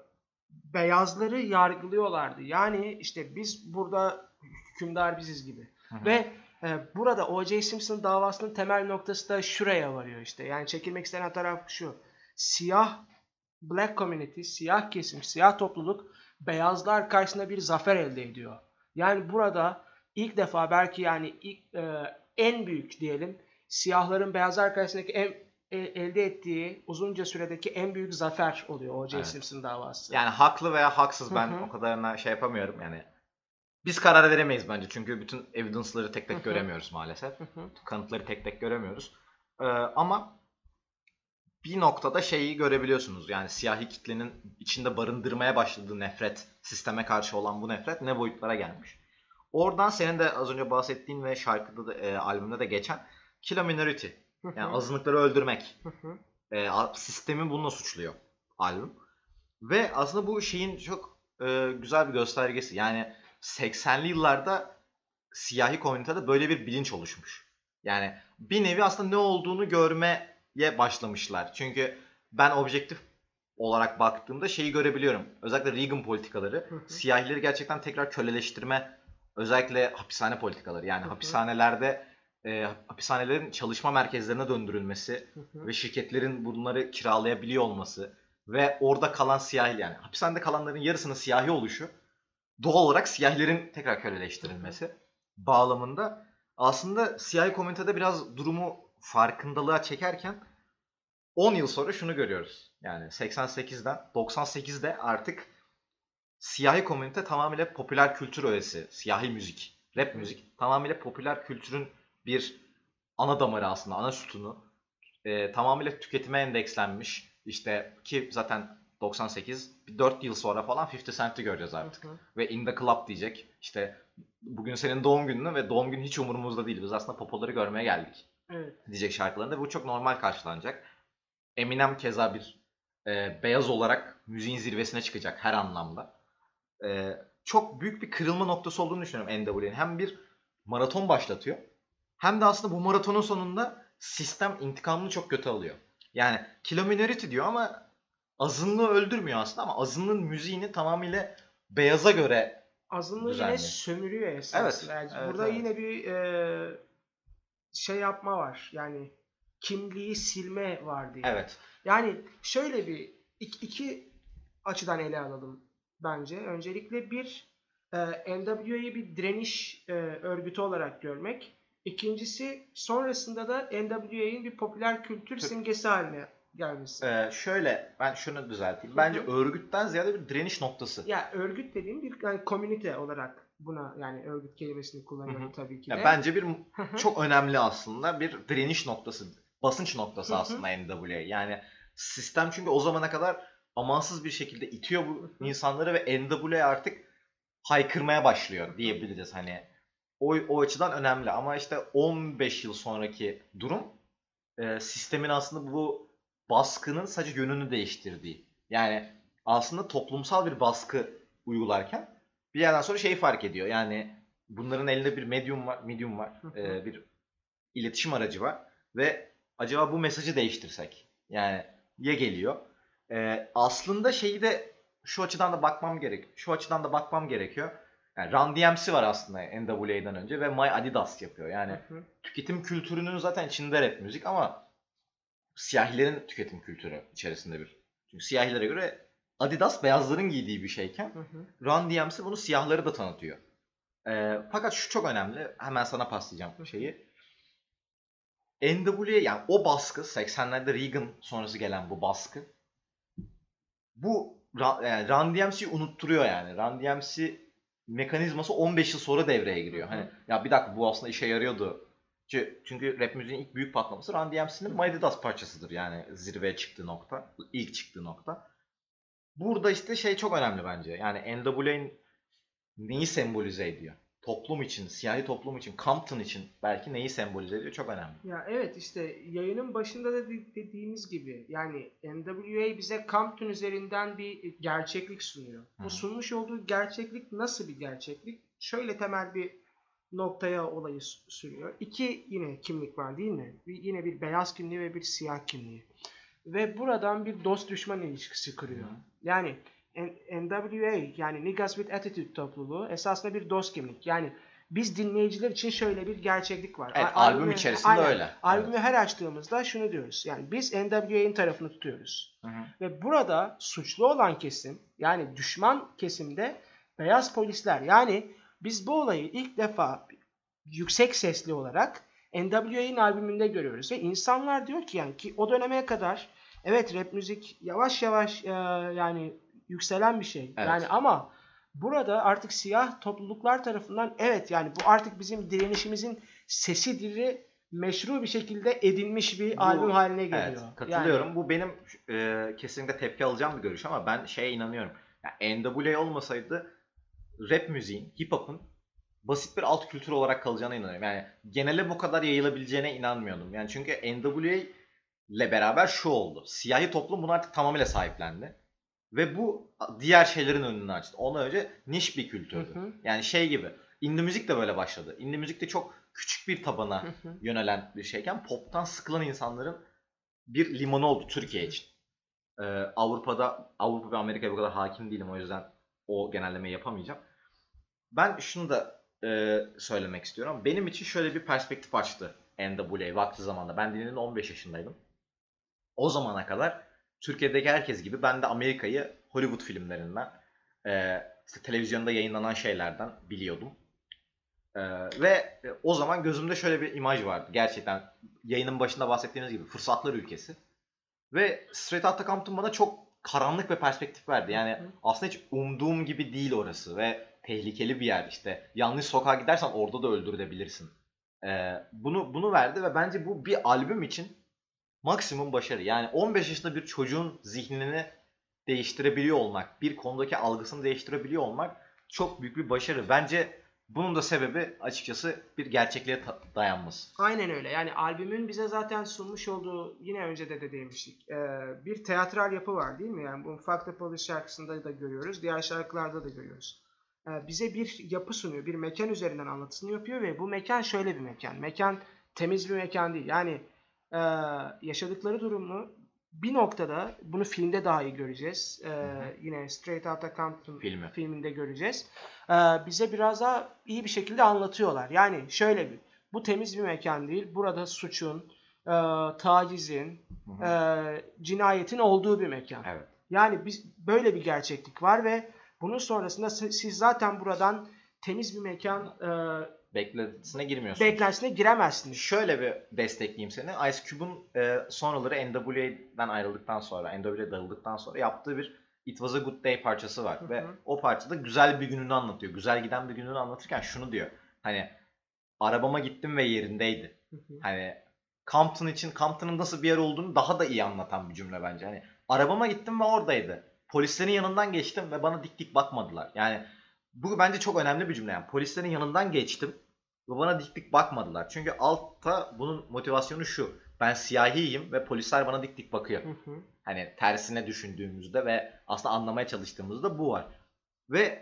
beyazları yargılıyorlardı. Yani işte biz burada hükümdar biziz gibi. Hı hı. Ve e, burada O J. Simpson davasının temel noktası da şuraya varıyor işte. Yani çekilmek istenen taraf şu. Siyah black community, siyah kesim, siyah topluluk beyazlar karşısında bir zafer elde ediyor. Yani burada ilk defa belki yani ilk, e, en büyük diyelim siyahların beyazlar karşısındaki en, e, elde ettiği uzunca süredeki en büyük zafer oluyor O J. Evet. Simpson davası. Yani haklı veya haksız, ben Hı hı. o kadarına şey yapamıyorum yani. Biz karar veremeyiz bence çünkü bütün evidence'ları tek tek Hı hı. göremiyoruz maalesef. Hı hı. Kanıtları tek tek göremiyoruz. Ee, ama bir noktada şeyi görebiliyorsunuz. Yani siyahi kitlenin içinde barındırmaya başladığı nefret, sisteme karşı olan bu nefret ne boyutlara gelmiş. Oradan senin de az önce bahsettiğin ve şarkıda da, e, albümde de geçen Kill a Minority. Yani azınlıkları öldürmek. E, sistemi bununla suçluyor albüm. Ve aslında bu şeyin çok e, güzel bir göstergesi. Yani seksenli yıllarda siyahi komünitede böyle bir bilinç oluşmuş. Yani bir nevi aslında ne olduğunu görmeye başlamışlar. Çünkü ben objektif olarak baktığımda şeyi görebiliyorum. Özellikle Reagan politikaları, Hı hı. siyahileri gerçekten tekrar köleleştirme, özellikle hapishane politikaları. Yani Hı hı. hapishanelerde e, hapishanelerin çalışma merkezlerine döndürülmesi Hı hı. ve şirketlerin bunları kiralayabiliyor olması ve orada kalan siyahi, yani hapishanede kalanların yarısının siyahi oluşu, doğal olarak siyahilerin tekrar köleleştirilmesi bağlamında aslında siyahi komünitede biraz durumu farkındalığa çekerken on yıl sonra şunu görüyoruz. Yani seksen sekizden doksan sekizde artık siyahi komünite tamamıyla popüler kültür öğesi, siyahi müzik, rap müzik tamamıyla popüler kültürün bir ana damarı aslında, ana sütunu. E, tamamıyla tüketime endekslenmiş. İşte ki zaten doksan sekiz, dört yıl sonra falan elli Cent'i göreceğiz artık. Hı hı. Ve In The Club diyecek. İşte bugün senin doğum günün ve doğum günün hiç umurumuzda değil. Biz aslında popoları görmeye geldik. Evet. Diyecek şarkılarında. Bu çok normal karşılanacak. Eminem keza bir e, beyaz olarak müziğin zirvesine çıkacak her anlamda. E, çok büyük bir kırılma noktası olduğunu düşünüyorum N W A'nin. Hem bir maraton başlatıyor, hem de aslında bu maratonun sonunda sistem intikamını çok kötü alıyor. Yani Kill a Minority diyor ama azınlığı öldürmüyor aslında, ama azınlığın müziğini tamamıyla beyaza göre Azınlığı düzenli. yine sömürüyor esasında. Evet, Yani evet, burada evet. yine bir e, şey yapma var. Yani kimliği silme var diye. Evet. Yani şöyle bir iki, iki açıdan ele alalım bence. Öncelikle bir e, N W A'yı bir direniş e, örgütü olarak görmek. İkincisi sonrasında da N W A'nın bir popüler kültür simgesi haline gelmesi. Ee, şöyle ben şunu düzelteyim. Bence Hı hı. örgütten ziyade bir direniş noktası. Ya örgüt dediğim bir yani komünite olarak buna yani örgüt kelimesini kullanıyorum Hı hı. tabii ki Ya de. bence bir çok önemli aslında bir direniş noktası, basınç noktası Hı hı. aslında N W A. Yani sistem çünkü o zamana kadar amansız bir şekilde itiyor bu Hı hı. insanları ve N W A artık haykırmaya başlıyor diyebiliriz hani. O, o açıdan önemli ama işte on beş yıl sonraki durum e, sistemin aslında bu baskının sadece yönünü değiştirdiği. Yani aslında toplumsal bir baskı uygularken bir yerden sonra şeyi fark ediyor. Yani bunların elinde bir medium var, medium var, e, bir iletişim aracı var ve acaba bu mesajı değiştirsek? Yani ya geliyor. E, aslında şeyi de şu açıdan da bakmam gerek. Şu açıdan da bakmam gerekiyor. Yani Run D M C var aslında N W A'dan önce ve My Adidas yapıyor. Yani Hı hı. tüketim kültürünün zaten içinde rap müzik ama siyahilerin tüketim kültürü içerisinde bir. Çünkü siyahilere göre Adidas beyazların giydiği bir şeyken Hı hı. Run D M C bunu siyahları da tanıtıyor. Ee, fakat şu çok önemli. Hemen sana paslayacağım şeyi. N W A yani o baskı, seksenlerde Reagan sonrası gelen bu baskı, bu yani Run D M C'yi unutturuyor yani. Run D M C mekanizması on beş yıl sonra devreye giriyor. Hani ya bir dakika, bu aslında işe yarıyordu Çünkü, çünkü rap müziğin ilk büyük patlaması Run D M C'nin My Adidas parçasıdır yani zirveye çıktığı nokta, ilk çıktığı nokta. Burada işte şey çok önemli bence. Yani N W A'nin neyi sembolize ediyor? Toplum için, siyahi toplum için, Compton için belki neyi sembolize ediyor çok önemli. Ya evet, işte yayının başında da dediğimiz gibi yani N W A bize Compton üzerinden bir gerçeklik sunuyor. Hı. Bu sunmuş olduğu gerçeklik nasıl bir gerçeklik? Şöyle temel bir noktaya olayı sürüyor. İki yine kimlik var değil mi? Bir, yine bir beyaz kimliği ve bir siyah kimliği. Ve buradan bir dost düşman ilişkisi kuruyor. Hı. Yani N W A yani Niggas with Attitude topluluğu esasında bir dost kimlik. Yani biz dinleyiciler için şöyle bir gerçeklik var. Evet, Albümü, albüm içerisinde aynen, öyle. Albümü evet. her açtığımızda şunu diyoruz. Yani biz N W A'nin tarafını tutuyoruz. Hı hı. Ve burada suçlu olan kesim yani düşman kesimde beyaz polisler. Yani biz bu olayı ilk defa yüksek sesli olarak N W A'nin albümünde görüyoruz. Ve insanlar diyor ki yani ki o döneme kadar evet rap müzik yavaş yavaş e, yani yükselen bir şey. Evet. Yani ama burada artık siyah topluluklar tarafından evet yani bu artık bizim direnişimizin sesi dili meşru bir şekilde edilmiş bir Bu, albüm haline geliyor. Evet, katılıyorum. Yani, bu benim e, kesinlikle tepki alacağım bir görüş ama ben şeye inanıyorum. Yani N W A olmasaydı rap müziğin, hip hop'un basit bir alt kültür olarak kalacağına inanıyorum. Yani genele bu kadar yayılabileceğine inanmıyordum. Yani çünkü N W A ile beraber şu oldu. Siyahi toplum bunu artık tamamıyla sahiplendi. Ve bu diğer şeylerin önünü açtı. Ondan önce niş bir kültürdü. Hı hı. Yani şey gibi. Indie müzik de böyle başladı. Indie müzik de çok küçük bir tabana hı hı. yönelen bir şeyken poptan sıkılan insanların bir limanı oldu Türkiye için. Ee, Avrupa'da, Avrupa ve Amerika'ya bu kadar hakim değilim. O yüzden o genellemeyi yapamayacağım. Ben şunu da e, söylemek istiyorum. Benim için şöyle bir perspektif açtı N W A vakti zamanında. Ben dinlediğimde on beş yaşındaydım. O zamana kadar Türkiye'deki herkes gibi ben de Amerika'yı Hollywood filmlerinden, e, işte televizyonda yayınlanan şeylerden biliyordum. E, ve o zaman gözümde şöyle bir imaj vardı. Gerçekten yayının başında bahsettiğiniz gibi fırsatlar ülkesi. Ve Straight Outta Compton bana çok karanlık bir perspektif verdi. Yani aslında hiç umduğum gibi değil orası ve tehlikeli bir yer. İşte yanlış sokağa gidersen orada da öldürebilirsin. E, bunu bunu verdi ve bence bu bir albüm için maksimum başarı. Yani on beş yaşında bir çocuğun zihnini değiştirebiliyor olmak, bir konudaki algısını değiştirebiliyor olmak çok büyük bir başarı. Bence bunun da sebebi açıkçası bir gerçekliğe dayanması. Aynen öyle. Yani albümün bize zaten sunmuş olduğu, yine önce de de demiştik, bir teatral yapı var değil mi? Yani bu Fuck the Police şarkısında da görüyoruz, diğer şarkılarda da görüyoruz. Bize bir yapı sunuyor, bir mekan üzerinden anlatısını yapıyor ve bu mekan şöyle bir mekan. Mekan temiz bir mekan değil. Yani Ee, yaşadıkları durumu bir noktada bunu filmde daha iyi göreceğiz. Ee, yine Straight Outta Compton Filmi. filminde göreceğiz. Ee, bize biraz daha iyi bir şekilde anlatıyorlar. Yani şöyle bir, bu temiz bir mekan değil. Burada suçun, e, tacizin, e, cinayetin olduğu bir mekan. Evet. Yani biz böyle bir gerçeklik var ve bunun sonrasında siz zaten buradan temiz bir mekan e, beklentisine girmiyorsunuz. Beklentisine giremezsiniz. Şöyle bir destekleyeyim seni. Ice Cube'un e, sonraları N W A'den ayrıldıktan sonra, N W A'ya dağıldıktan sonra yaptığı bir It Was A Good Day parçası var. Hı-hı. Ve o parçada güzel bir gününü anlatıyor. Güzel giden bir gününü anlatırken şunu diyor. Hani arabama gittim ve yerindeydi. Hı-hı. Hani Compton için, Compton'ın nasıl bir yer olduğunu daha da iyi anlatan bir cümle bence. Hani arabama gittim ve oradaydı. Polislerin yanından geçtim ve bana dik dik bakmadılar. Yani bu bence çok önemli bir cümle. Yani polislerin yanından geçtim ve bana dik dik bakmadılar. Çünkü altta bunun motivasyonu şu. Ben siyahiyim ve polisler bana dik dik bakıyor. Hı hı. Hani tersine düşündüğümüzde ve aslında anlamaya çalıştığımızda bu var. Ve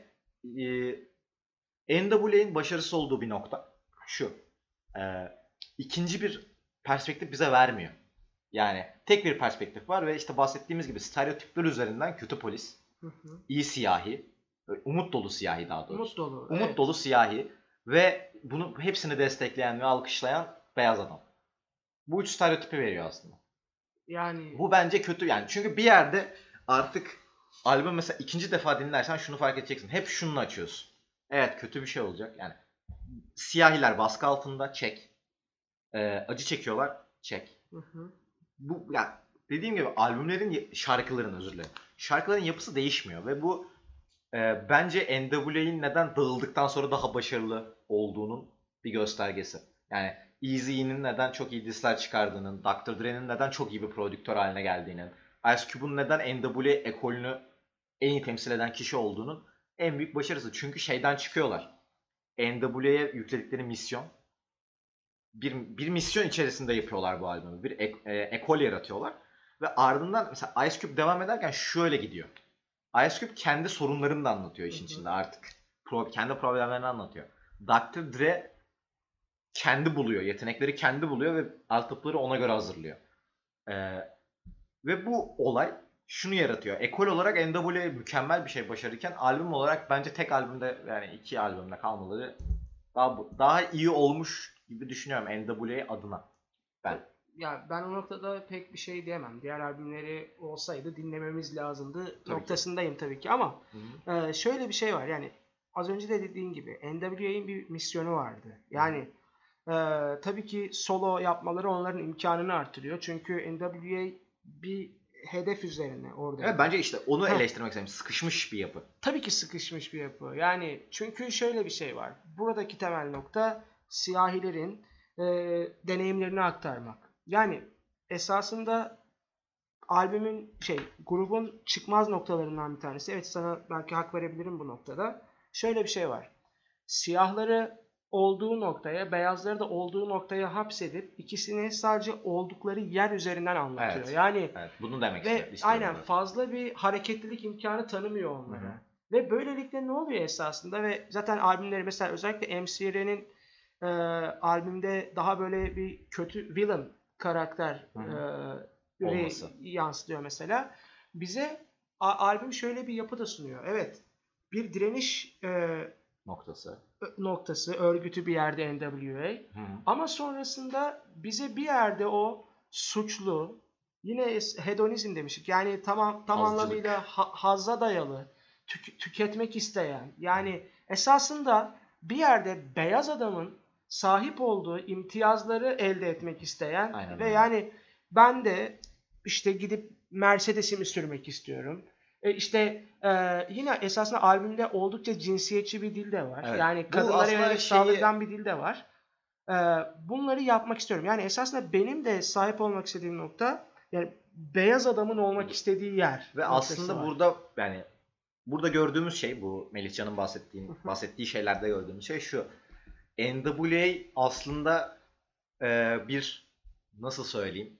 e, N W A'nin başarısı olduğu bir nokta şu. E, ikinci bir perspektif bize vermiyor. Yani tek bir perspektif var ve işte bahsettiğimiz gibi stereotipler üzerinden kötü polis, hı hı. iyi siyahi, umut dolu siyahi daha doğrusu. Umut dolu. Umut evet. dolu siyahi ve bunu hepsini destekleyen ve alkışlayan beyaz adam. Bu üç stereotipi veriyor aslında. Yani bu bence kötü yani. Çünkü bir yerde artık albüm mesela ikinci defa dinlersen şunu fark edeceksin. Hep şunu açıyorsun. Evet, kötü bir şey olacak. Yani siyahiler baskı altında, çek. Ee, acı çekiyorlar, çek. Hı hı. Bu yani dediğim gibi albümlerin şarkıların özür dilerim. Şarkıların yapısı değişmiyor ve bu e, bence N W A'nin neden dağıldıktan sonra daha başarılı olduğunun bir göstergesi. Yani Eazy-E'nin neden çok iyi disler çıkardığının, doktor Dre'nin neden çok iyi bir prodüktör haline geldiğinin, Ice Cube'un neden N W A ekolünü en iyi temsil eden kişi olduğunun en büyük başarısı. Çünkü şeyden çıkıyorlar. N W A'ya yükledikleri misyon, bir, bir misyon içerisinde yapıyorlar bu albümü. Bir ek, e, ekol yaratıyorlar. Ve ardından mesela Ice Cube devam ederken şöyle gidiyor. Ice Cube kendi sorunlarını da anlatıyor işin içinde artık. Pro, kendi problemlerini anlatıyor. doktor Dre kendi buluyor. Yetenekleri kendi buluyor ve altyapıları ona göre hazırlıyor. Ee, ve bu olay şunu yaratıyor. Ekol olarak N W A mükemmel bir şey başarırken albüm olarak bence tek albümde, yani iki albümde kalmaları daha daha iyi olmuş gibi düşünüyorum N W A adına. Ben. Ya ben o noktada pek bir şey diyemem. Diğer albümleri olsaydı dinlememiz lazımdı tabii noktasındayım ki. tabii ki ama e, şöyle bir şey var. Yani az önce de dediğin gibi N W A'nin bir misyonu vardı. Yani e, tabii ki solo yapmaları onların imkanını artırıyor. Çünkü N W A bir hedef üzerine orada. Evet, bence işte onu eleştirmek istedim. Sıkışmış bir yapı. Tabii ki sıkışmış bir yapı. Yani çünkü şöyle bir şey var. Buradaki temel nokta siyahilerin e, deneyimlerini aktarmak. Yani esasında albümün şey grubun çıkmaz noktalarından bir tanesi. Evet, sana belki hak verebilirim bu noktada. Şöyle bir şey var. Siyahları olduğu noktaya, beyazları da olduğu noktaya hapsedip ikisini sadece oldukları yer üzerinden anlatıyor. Evet, yani evet, bunu demek ve istiyorum. aynen fazla bir hareketlilik imkanı tanımıyor onlara. Hı hı. Ve böylelikle ne oluyor esasında? Ve zaten albümleri mesela özellikle M C R'nin e, albümde daha böyle bir kötü villain karakter e, yansıtıyor mesela. Bize a, albüm şöyle bir yapı da sunuyor. Evet, bir direniş e, noktası noktası, örgütü bir yerde N W A. Hı. Ama sonrasında bize bir yerde o suçlu, yine hedonizm demiştik. Yani tamam tam Hazcılık. anlamıyla ha, hazza dayalı, tük, tüketmek isteyen. Yani esasında bir yerde beyaz adamın sahip olduğu imtiyazları elde etmek isteyen Aynen ve öyle. yani ben de işte gidip Mercedes'imi sürmek istiyorum. E işte e, yine esasında albümde oldukça cinsiyetçi bir dil de var. Evet. Yani kadınlara yönelik şeyi... saldırgan bir dil de var. E, bunları yapmak istiyorum. Yani esasında benim de sahip olmak istediğim nokta, yani beyaz adamın olmak istediği yer. Ve aslında var. burada yani burada gördüğümüz şey, bu Melihcan'ın bahsettiği bahsettiği şeylerde gördüğümüz şey şu. N W A aslında e, bir, nasıl söyleyeyim,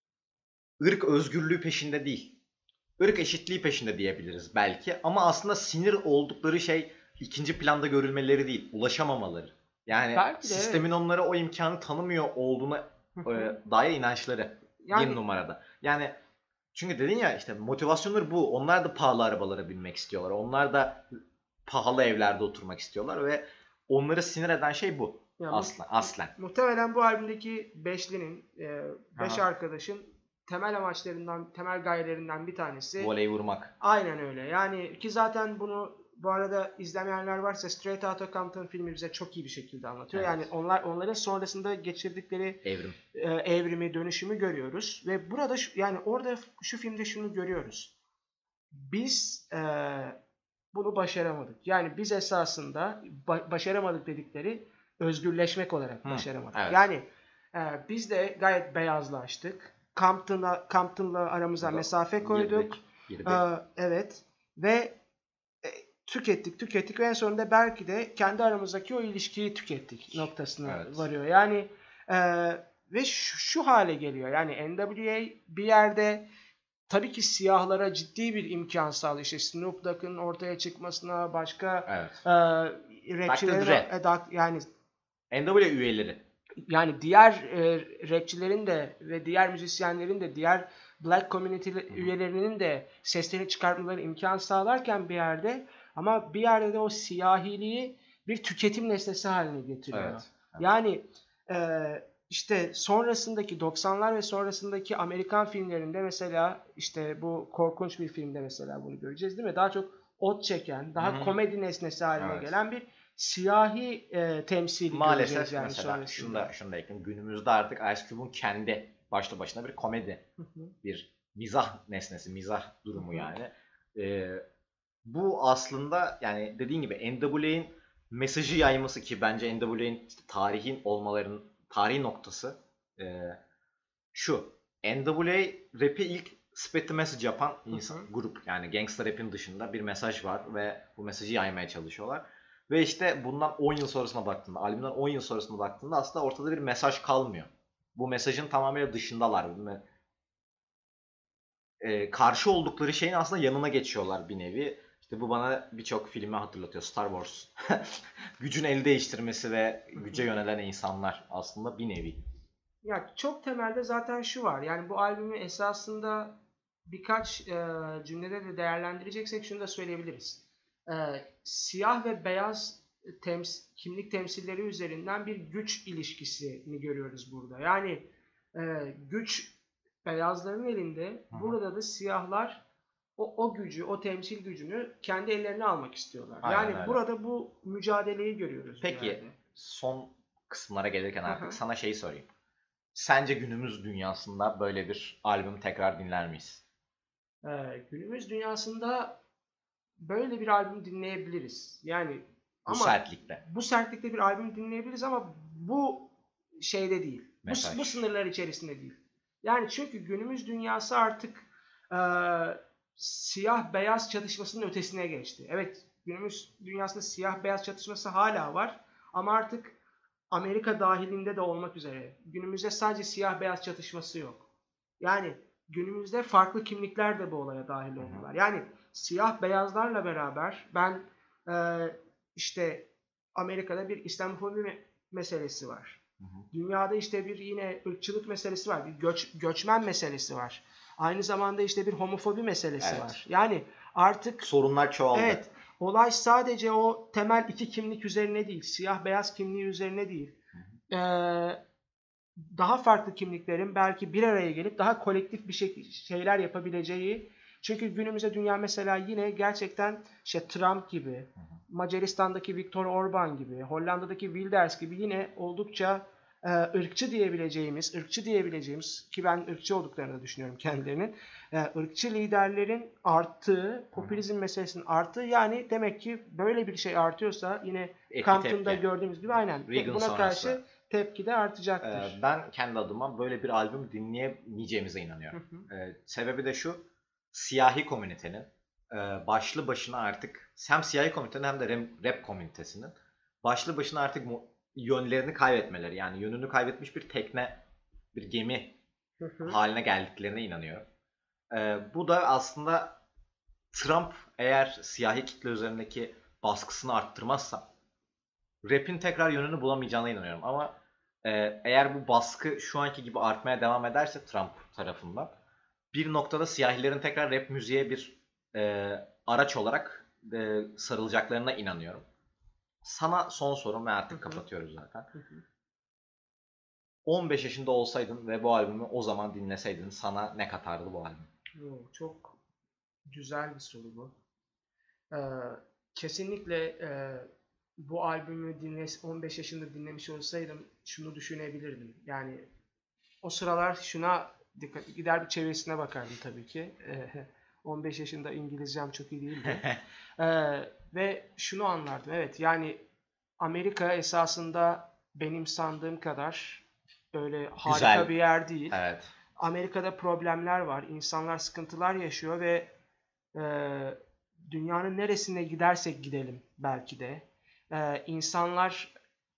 ırk özgürlüğü peşinde değil. Irk eşitliği peşinde diyebiliriz belki. Ama aslında sinir oldukları şey ikinci planda görülmeleri değil, ulaşamamaları. Yani belki de, sistemin evet. onlara o imkanı tanımıyor olduğuna e, dair inançları yani, bir numarada. Yani çünkü dedin ya işte motivasyonları bu. Onlar da pahalı arabalara binmek istiyorlar. Onlar da pahalı evlerde oturmak istiyorlar ve onları sinir eden şey bu. Ya aslen, mu- aslen. Muhtemelen bu albümdeki beşlinin, e, beş Aha. arkadaşın temel amaçlarından, temel gayelerinden bir tanesi voley vurmak. Aynen öyle. Yani ki zaten bunu bu arada izlemeyenler varsa Straight Outta Compton filmi bize çok iyi bir şekilde anlatıyor. Evet. Yani onlar onların sonrasında geçirdikleri evrim, e, evrimi, dönüşümü görüyoruz ve burada şu, yani orada şu filmde şunu görüyoruz. Biz e, bunu başaramadık. Yani biz esasında ba- başaramadık dedikleri özgürleşmek olarak Hı, başaramadık. Evet. Yani e, biz de gayet beyazlaştık. Compton'la Compton'la aramıza Burada mesafe koyduk. Girdik, girdik. Ee, evet ve e, tükettik, tükettik ve en sonunda belki de kendi aramızdaki o ilişkiyi tükettik noktasına evet. varıyor. Yani e, ve şu, şu hale geliyor. Yani N W A bir yerde tabii ki siyahlara ciddi bir imkan sağlıyor. İşte Snoop Dogg'ın ortaya çıkmasına, başka evet. e, rapçilerin yani N W A üyeleri. Yani diğer e, rapçilerin de ve diğer müzisyenlerin de, diğer Black Community üyelerinin de seslerini çıkartmaları imkan sağlarken bir yerde, ama bir yerde de o siyahiliği bir tüketim nesnesi haline getiriyor. Evet, evet. Yani e, işte sonrasındaki doksanlar ve sonrasındaki Amerikan filmlerinde mesela işte bu korkunç bir filmde mesela bunu göreceğiz değil mi? Daha çok ot çeken, daha Hı-hı. komedi nesnesi haline evet. gelen bir siyahi e, temsili maalesef göreceğiz yani mesela sonrasında. şunu da, şunu da ekleyeyim. Günümüzde artık Ice Cube'un kendi başlı başına bir komedi, hı hı. bir mizah nesnesi, mizah durumu hı hı. yani. Ee, bu aslında yani dediğin gibi N W A'nin mesajı yayması, ki bence N W A'nin işte tarihin olmalarının tarihi noktası e, şu. N W A rap'i ilk spread the message yapan insan, Hı hı. grup. Yani gangster rap'in dışında bir mesaj var ve bu mesajı yaymaya çalışıyorlar. Ve işte bundan on yıl sonrasına baktığında, albümden on yıl sonrasına baktığında aslında ortada bir mesaj kalmıyor. Bu mesajın tamamıyla dışındalar. Ee, karşı oldukları şeyin aslında yanına geçiyorlar bir nevi. İşte bu bana birçok filmi hatırlatıyor. Star Wars. Gücün el değiştirmesi ve güce yönelen insanlar aslında bir nevi. Ya çok temelde zaten şu var. Yani bu albümü esasında birkaç e, cümlede de değerlendireceksek şunu da söyleyebiliriz. E, siyah ve beyaz tems kimlik temsilleri üzerinden bir güç ilişkisini görüyoruz burada. Yani e, güç beyazların elinde, Hı hı. burada da siyahlar o, o gücü, o temsil gücünü kendi ellerine almak istiyorlar. Aynen yani öyle. burada bu mücadeleyi görüyoruz. Peki son kısımlara gelirken artık Hı hı. sana şeyi sorayım. Sence günümüz dünyasında böyle bir albüm tekrar dinler miyiz? Ee, günümüz dünyasında böyle bir albüm dinleyebiliriz. Yani Bu ama sertlikte. bu sertlikte bir albüm dinleyebiliriz ama bu şeyde değil. Bu, Mesaj. bu sınırlar içerisinde değil. Yani çünkü günümüz dünyası artık e, siyah beyaz çatışmasının ötesine geçti. Evet, günümüz dünyasında siyah beyaz çatışması hala var ama artık Amerika dahilinde de olmak üzere günümüzde sadece siyah beyaz çatışması yok. Yani günümüzde farklı kimlikler de bu olaya dahil oldular. Yani siyah beyazlarla beraber ben e, işte Amerika'da bir İslamofobi meselesi var. Hı hı. Dünyada işte bir yine ırkçılık meselesi var. Bir göç, göçmen meselesi var. Aynı zamanda işte bir homofobi meselesi Evet. var. Yani artık sorunlar çoğaldı. Evet, olay sadece o temel iki kimlik üzerine değil, siyah beyaz kimliği üzerine değil. Ee, daha farklı kimliklerin belki bir araya gelip daha kolektif bir şey, şeyler yapabileceği. Çünkü günümüzde dünya mesela yine gerçekten işte Trump gibi, Macaristan'daki Viktor Orban gibi, Hollanda'daki Wilders gibi yine oldukça e, ırkçı diyebileceğimiz, ırkçı diyebileceğimiz ki ben ırkçı olduklarını da düşünüyorum kendilerinin. E, ırkçı liderlerin arttığı, popülizm meselesinin arttığı, yani demek ki böyle bir şey artıyorsa yine Etki, Compton'da tepki. gördüğümüz gibi aynen Reagan buna sonrası. karşı tepki de artacaktır. Ee, ben kendi adıma böyle bir albüm dinleyemeyeceğimize inanıyorum. Hı hı. Ee, sebebi de şu. Siyahi komünitenin e, başlı başına artık hem siyahi komünitenin hem de rap, rap komünitesinin başlı başına artık mu- yönlerini kaybetmeleri, yani yönünü kaybetmiş bir tekne, bir gemi Hı hı. haline geldiklerine inanıyorum. Ee, bu da aslında Trump eğer siyahi kitle üzerindeki baskısını arttırmazsa rap'in tekrar yönünü bulamayacağına inanıyorum. Ama e, eğer bu baskı şu anki gibi artmaya devam ederse Trump tarafından bir noktada siyahilerin tekrar rap müziğe bir e, araç olarak e, sarılacaklarına inanıyorum. Sana son sorum ve artık Hı hı. kapatıyoruz zaten. Hı hı. on beş yaşında olsaydın ve bu albümü o zaman dinleseydin sana ne katardı bu albüm? Oo, çok güzel bir soru bu. Ee, kesinlikle e, bu albümü dinle, on beş yaşında dinlemiş olsaydım şunu düşünebilirdim. Yani o sıralar şuna dikkat gider bir çevresine bakardım tabii ki. Ee, on beş yaşında İngilizcem çok iyi değildi. Ee, ve şunu anlardım. Evet, yani Amerika esasında benim sandığım kadar öyle harika Güzel. bir yer değil. Evet. Amerika'da problemler var. İnsanlar sıkıntılar yaşıyor ve e, dünyanın neresine gidersek gidelim belki de e, insanlar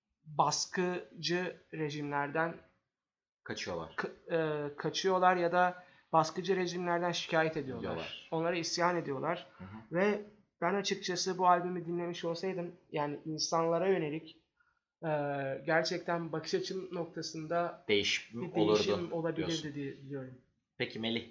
baskıcı rejimlerden Kaçıyorlar. k- e, kaçıyorlar ya da baskıcı rejimlerden şikayet ediyorlar. Diyorlar. Onlara isyan ediyorlar. Hı hı. Ve ben açıkçası bu albümü dinlemiş olsaydım, yani insanlara yönelik e, gerçekten bakış açım noktasında Değişim bir değişim olurdu olabilirdi diyorsun. diye biliyorum. Peki Melih,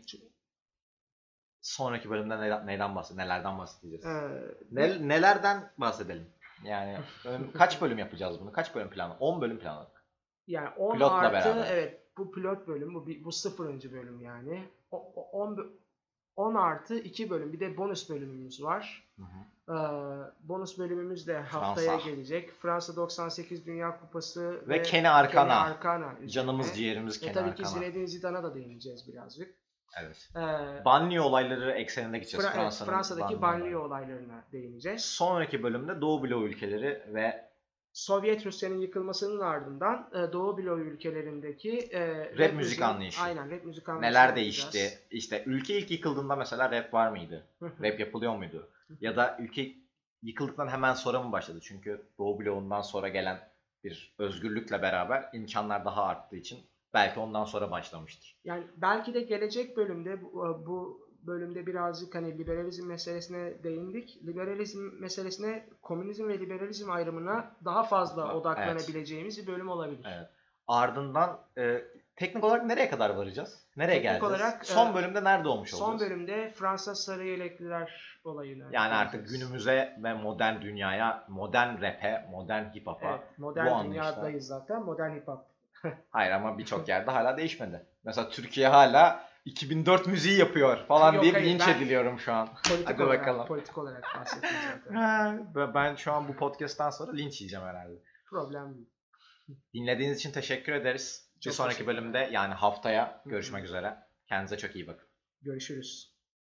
sonraki bölümde neden, neyden bahsedeceğiz? Nelerden bahsedeceğiz? Ee, Ne, nelerden bahsedelim? Yani ön- kaç bölüm yapacağız bunu? Kaç bölüm planı? on bölüm planladık. Yani on Pilotla artı beraber. evet, bu pilot bölüm, bu bir- bu sıfırıncı bölüm yani. O, o- on, bö- on artı iki bölüm, bir de bonus bölümümüz var. Hı hı. Ee, bonus bölümümüz de haftaya Fransa. gelecek. Fransa doksan sekiz Dünya Kupası Ve Kenny Arkana. Kenny Arkana üzerine. Canımız ciğerimiz Ve Kenny tabii ki Arkana. Zinedine Zidane'a da değineceğiz birazcık. Evet. Ee, Banliyö olayları ekseninde gideceğiz. Fra- evet, Fransa'nın Fransa'daki banliyö banliyö olayları. olaylarına değineceğiz. Sonraki bölümde Doğu Bloğu ülkeleri ve Sovyet Rusya'nın yıkılmasının ardından e, Doğu bloğu ülkelerindeki e, Rap, rap müzik müziğin- anlayışı. Aynen rap müzik anlayışı. Neler değişti? İşte ülke ilk yıkıldığında mesela rap var mıydı? Hı hı. Rap yapılıyor muydu? Ya da ülke yıkıldıktan hemen sonra mı başladı? Çünkü Doğu bloğundan sonra gelen bir özgürlükle beraber imkanlar daha arttığı için belki ondan sonra başlamıştır. Yani belki de gelecek bölümde bu, bu bölümde birazcık hani liberalizm meselesine değindik. Liberalizm meselesine komünizm ve liberalizm ayrımına daha fazla Evet. odaklanabileceğimiz bir bölüm olabilir. Evet. Ardından e, teknik olarak nereye kadar varacağız? Nereye Teknik geleceğiz? olarak, son e, bölümde nerede olmuş Son olacağız? bölümde Fransa sarı yelekliler olayını. Yani artık göreceğiz. günümüze ve modern dünyaya, modern rap'e, modern hip hop'a Evet, bu modern anlayışla. dünyadayız zaten. Modern hip hop. Hayır ama birçok yerde hala değişmedi. Mesela Türkiye hala iki bin dört müziği yapıyor falan Yok, diye hayır, linç ben- ediliyorum şu an. Politik Hadi olarak, bakalım. politik olarak bahsettim zaten. Ha, ve ben şu an bu podcast'tan sonra linç yiyeceğim herhalde. Problem değil. Dinlediğiniz için teşekkür ederiz. Bir Çok sonraki teşekkürler. bölümde yani haftaya Hı hı. görüşmek üzere. Kendinize çok iyi bakın. Görüşürüz.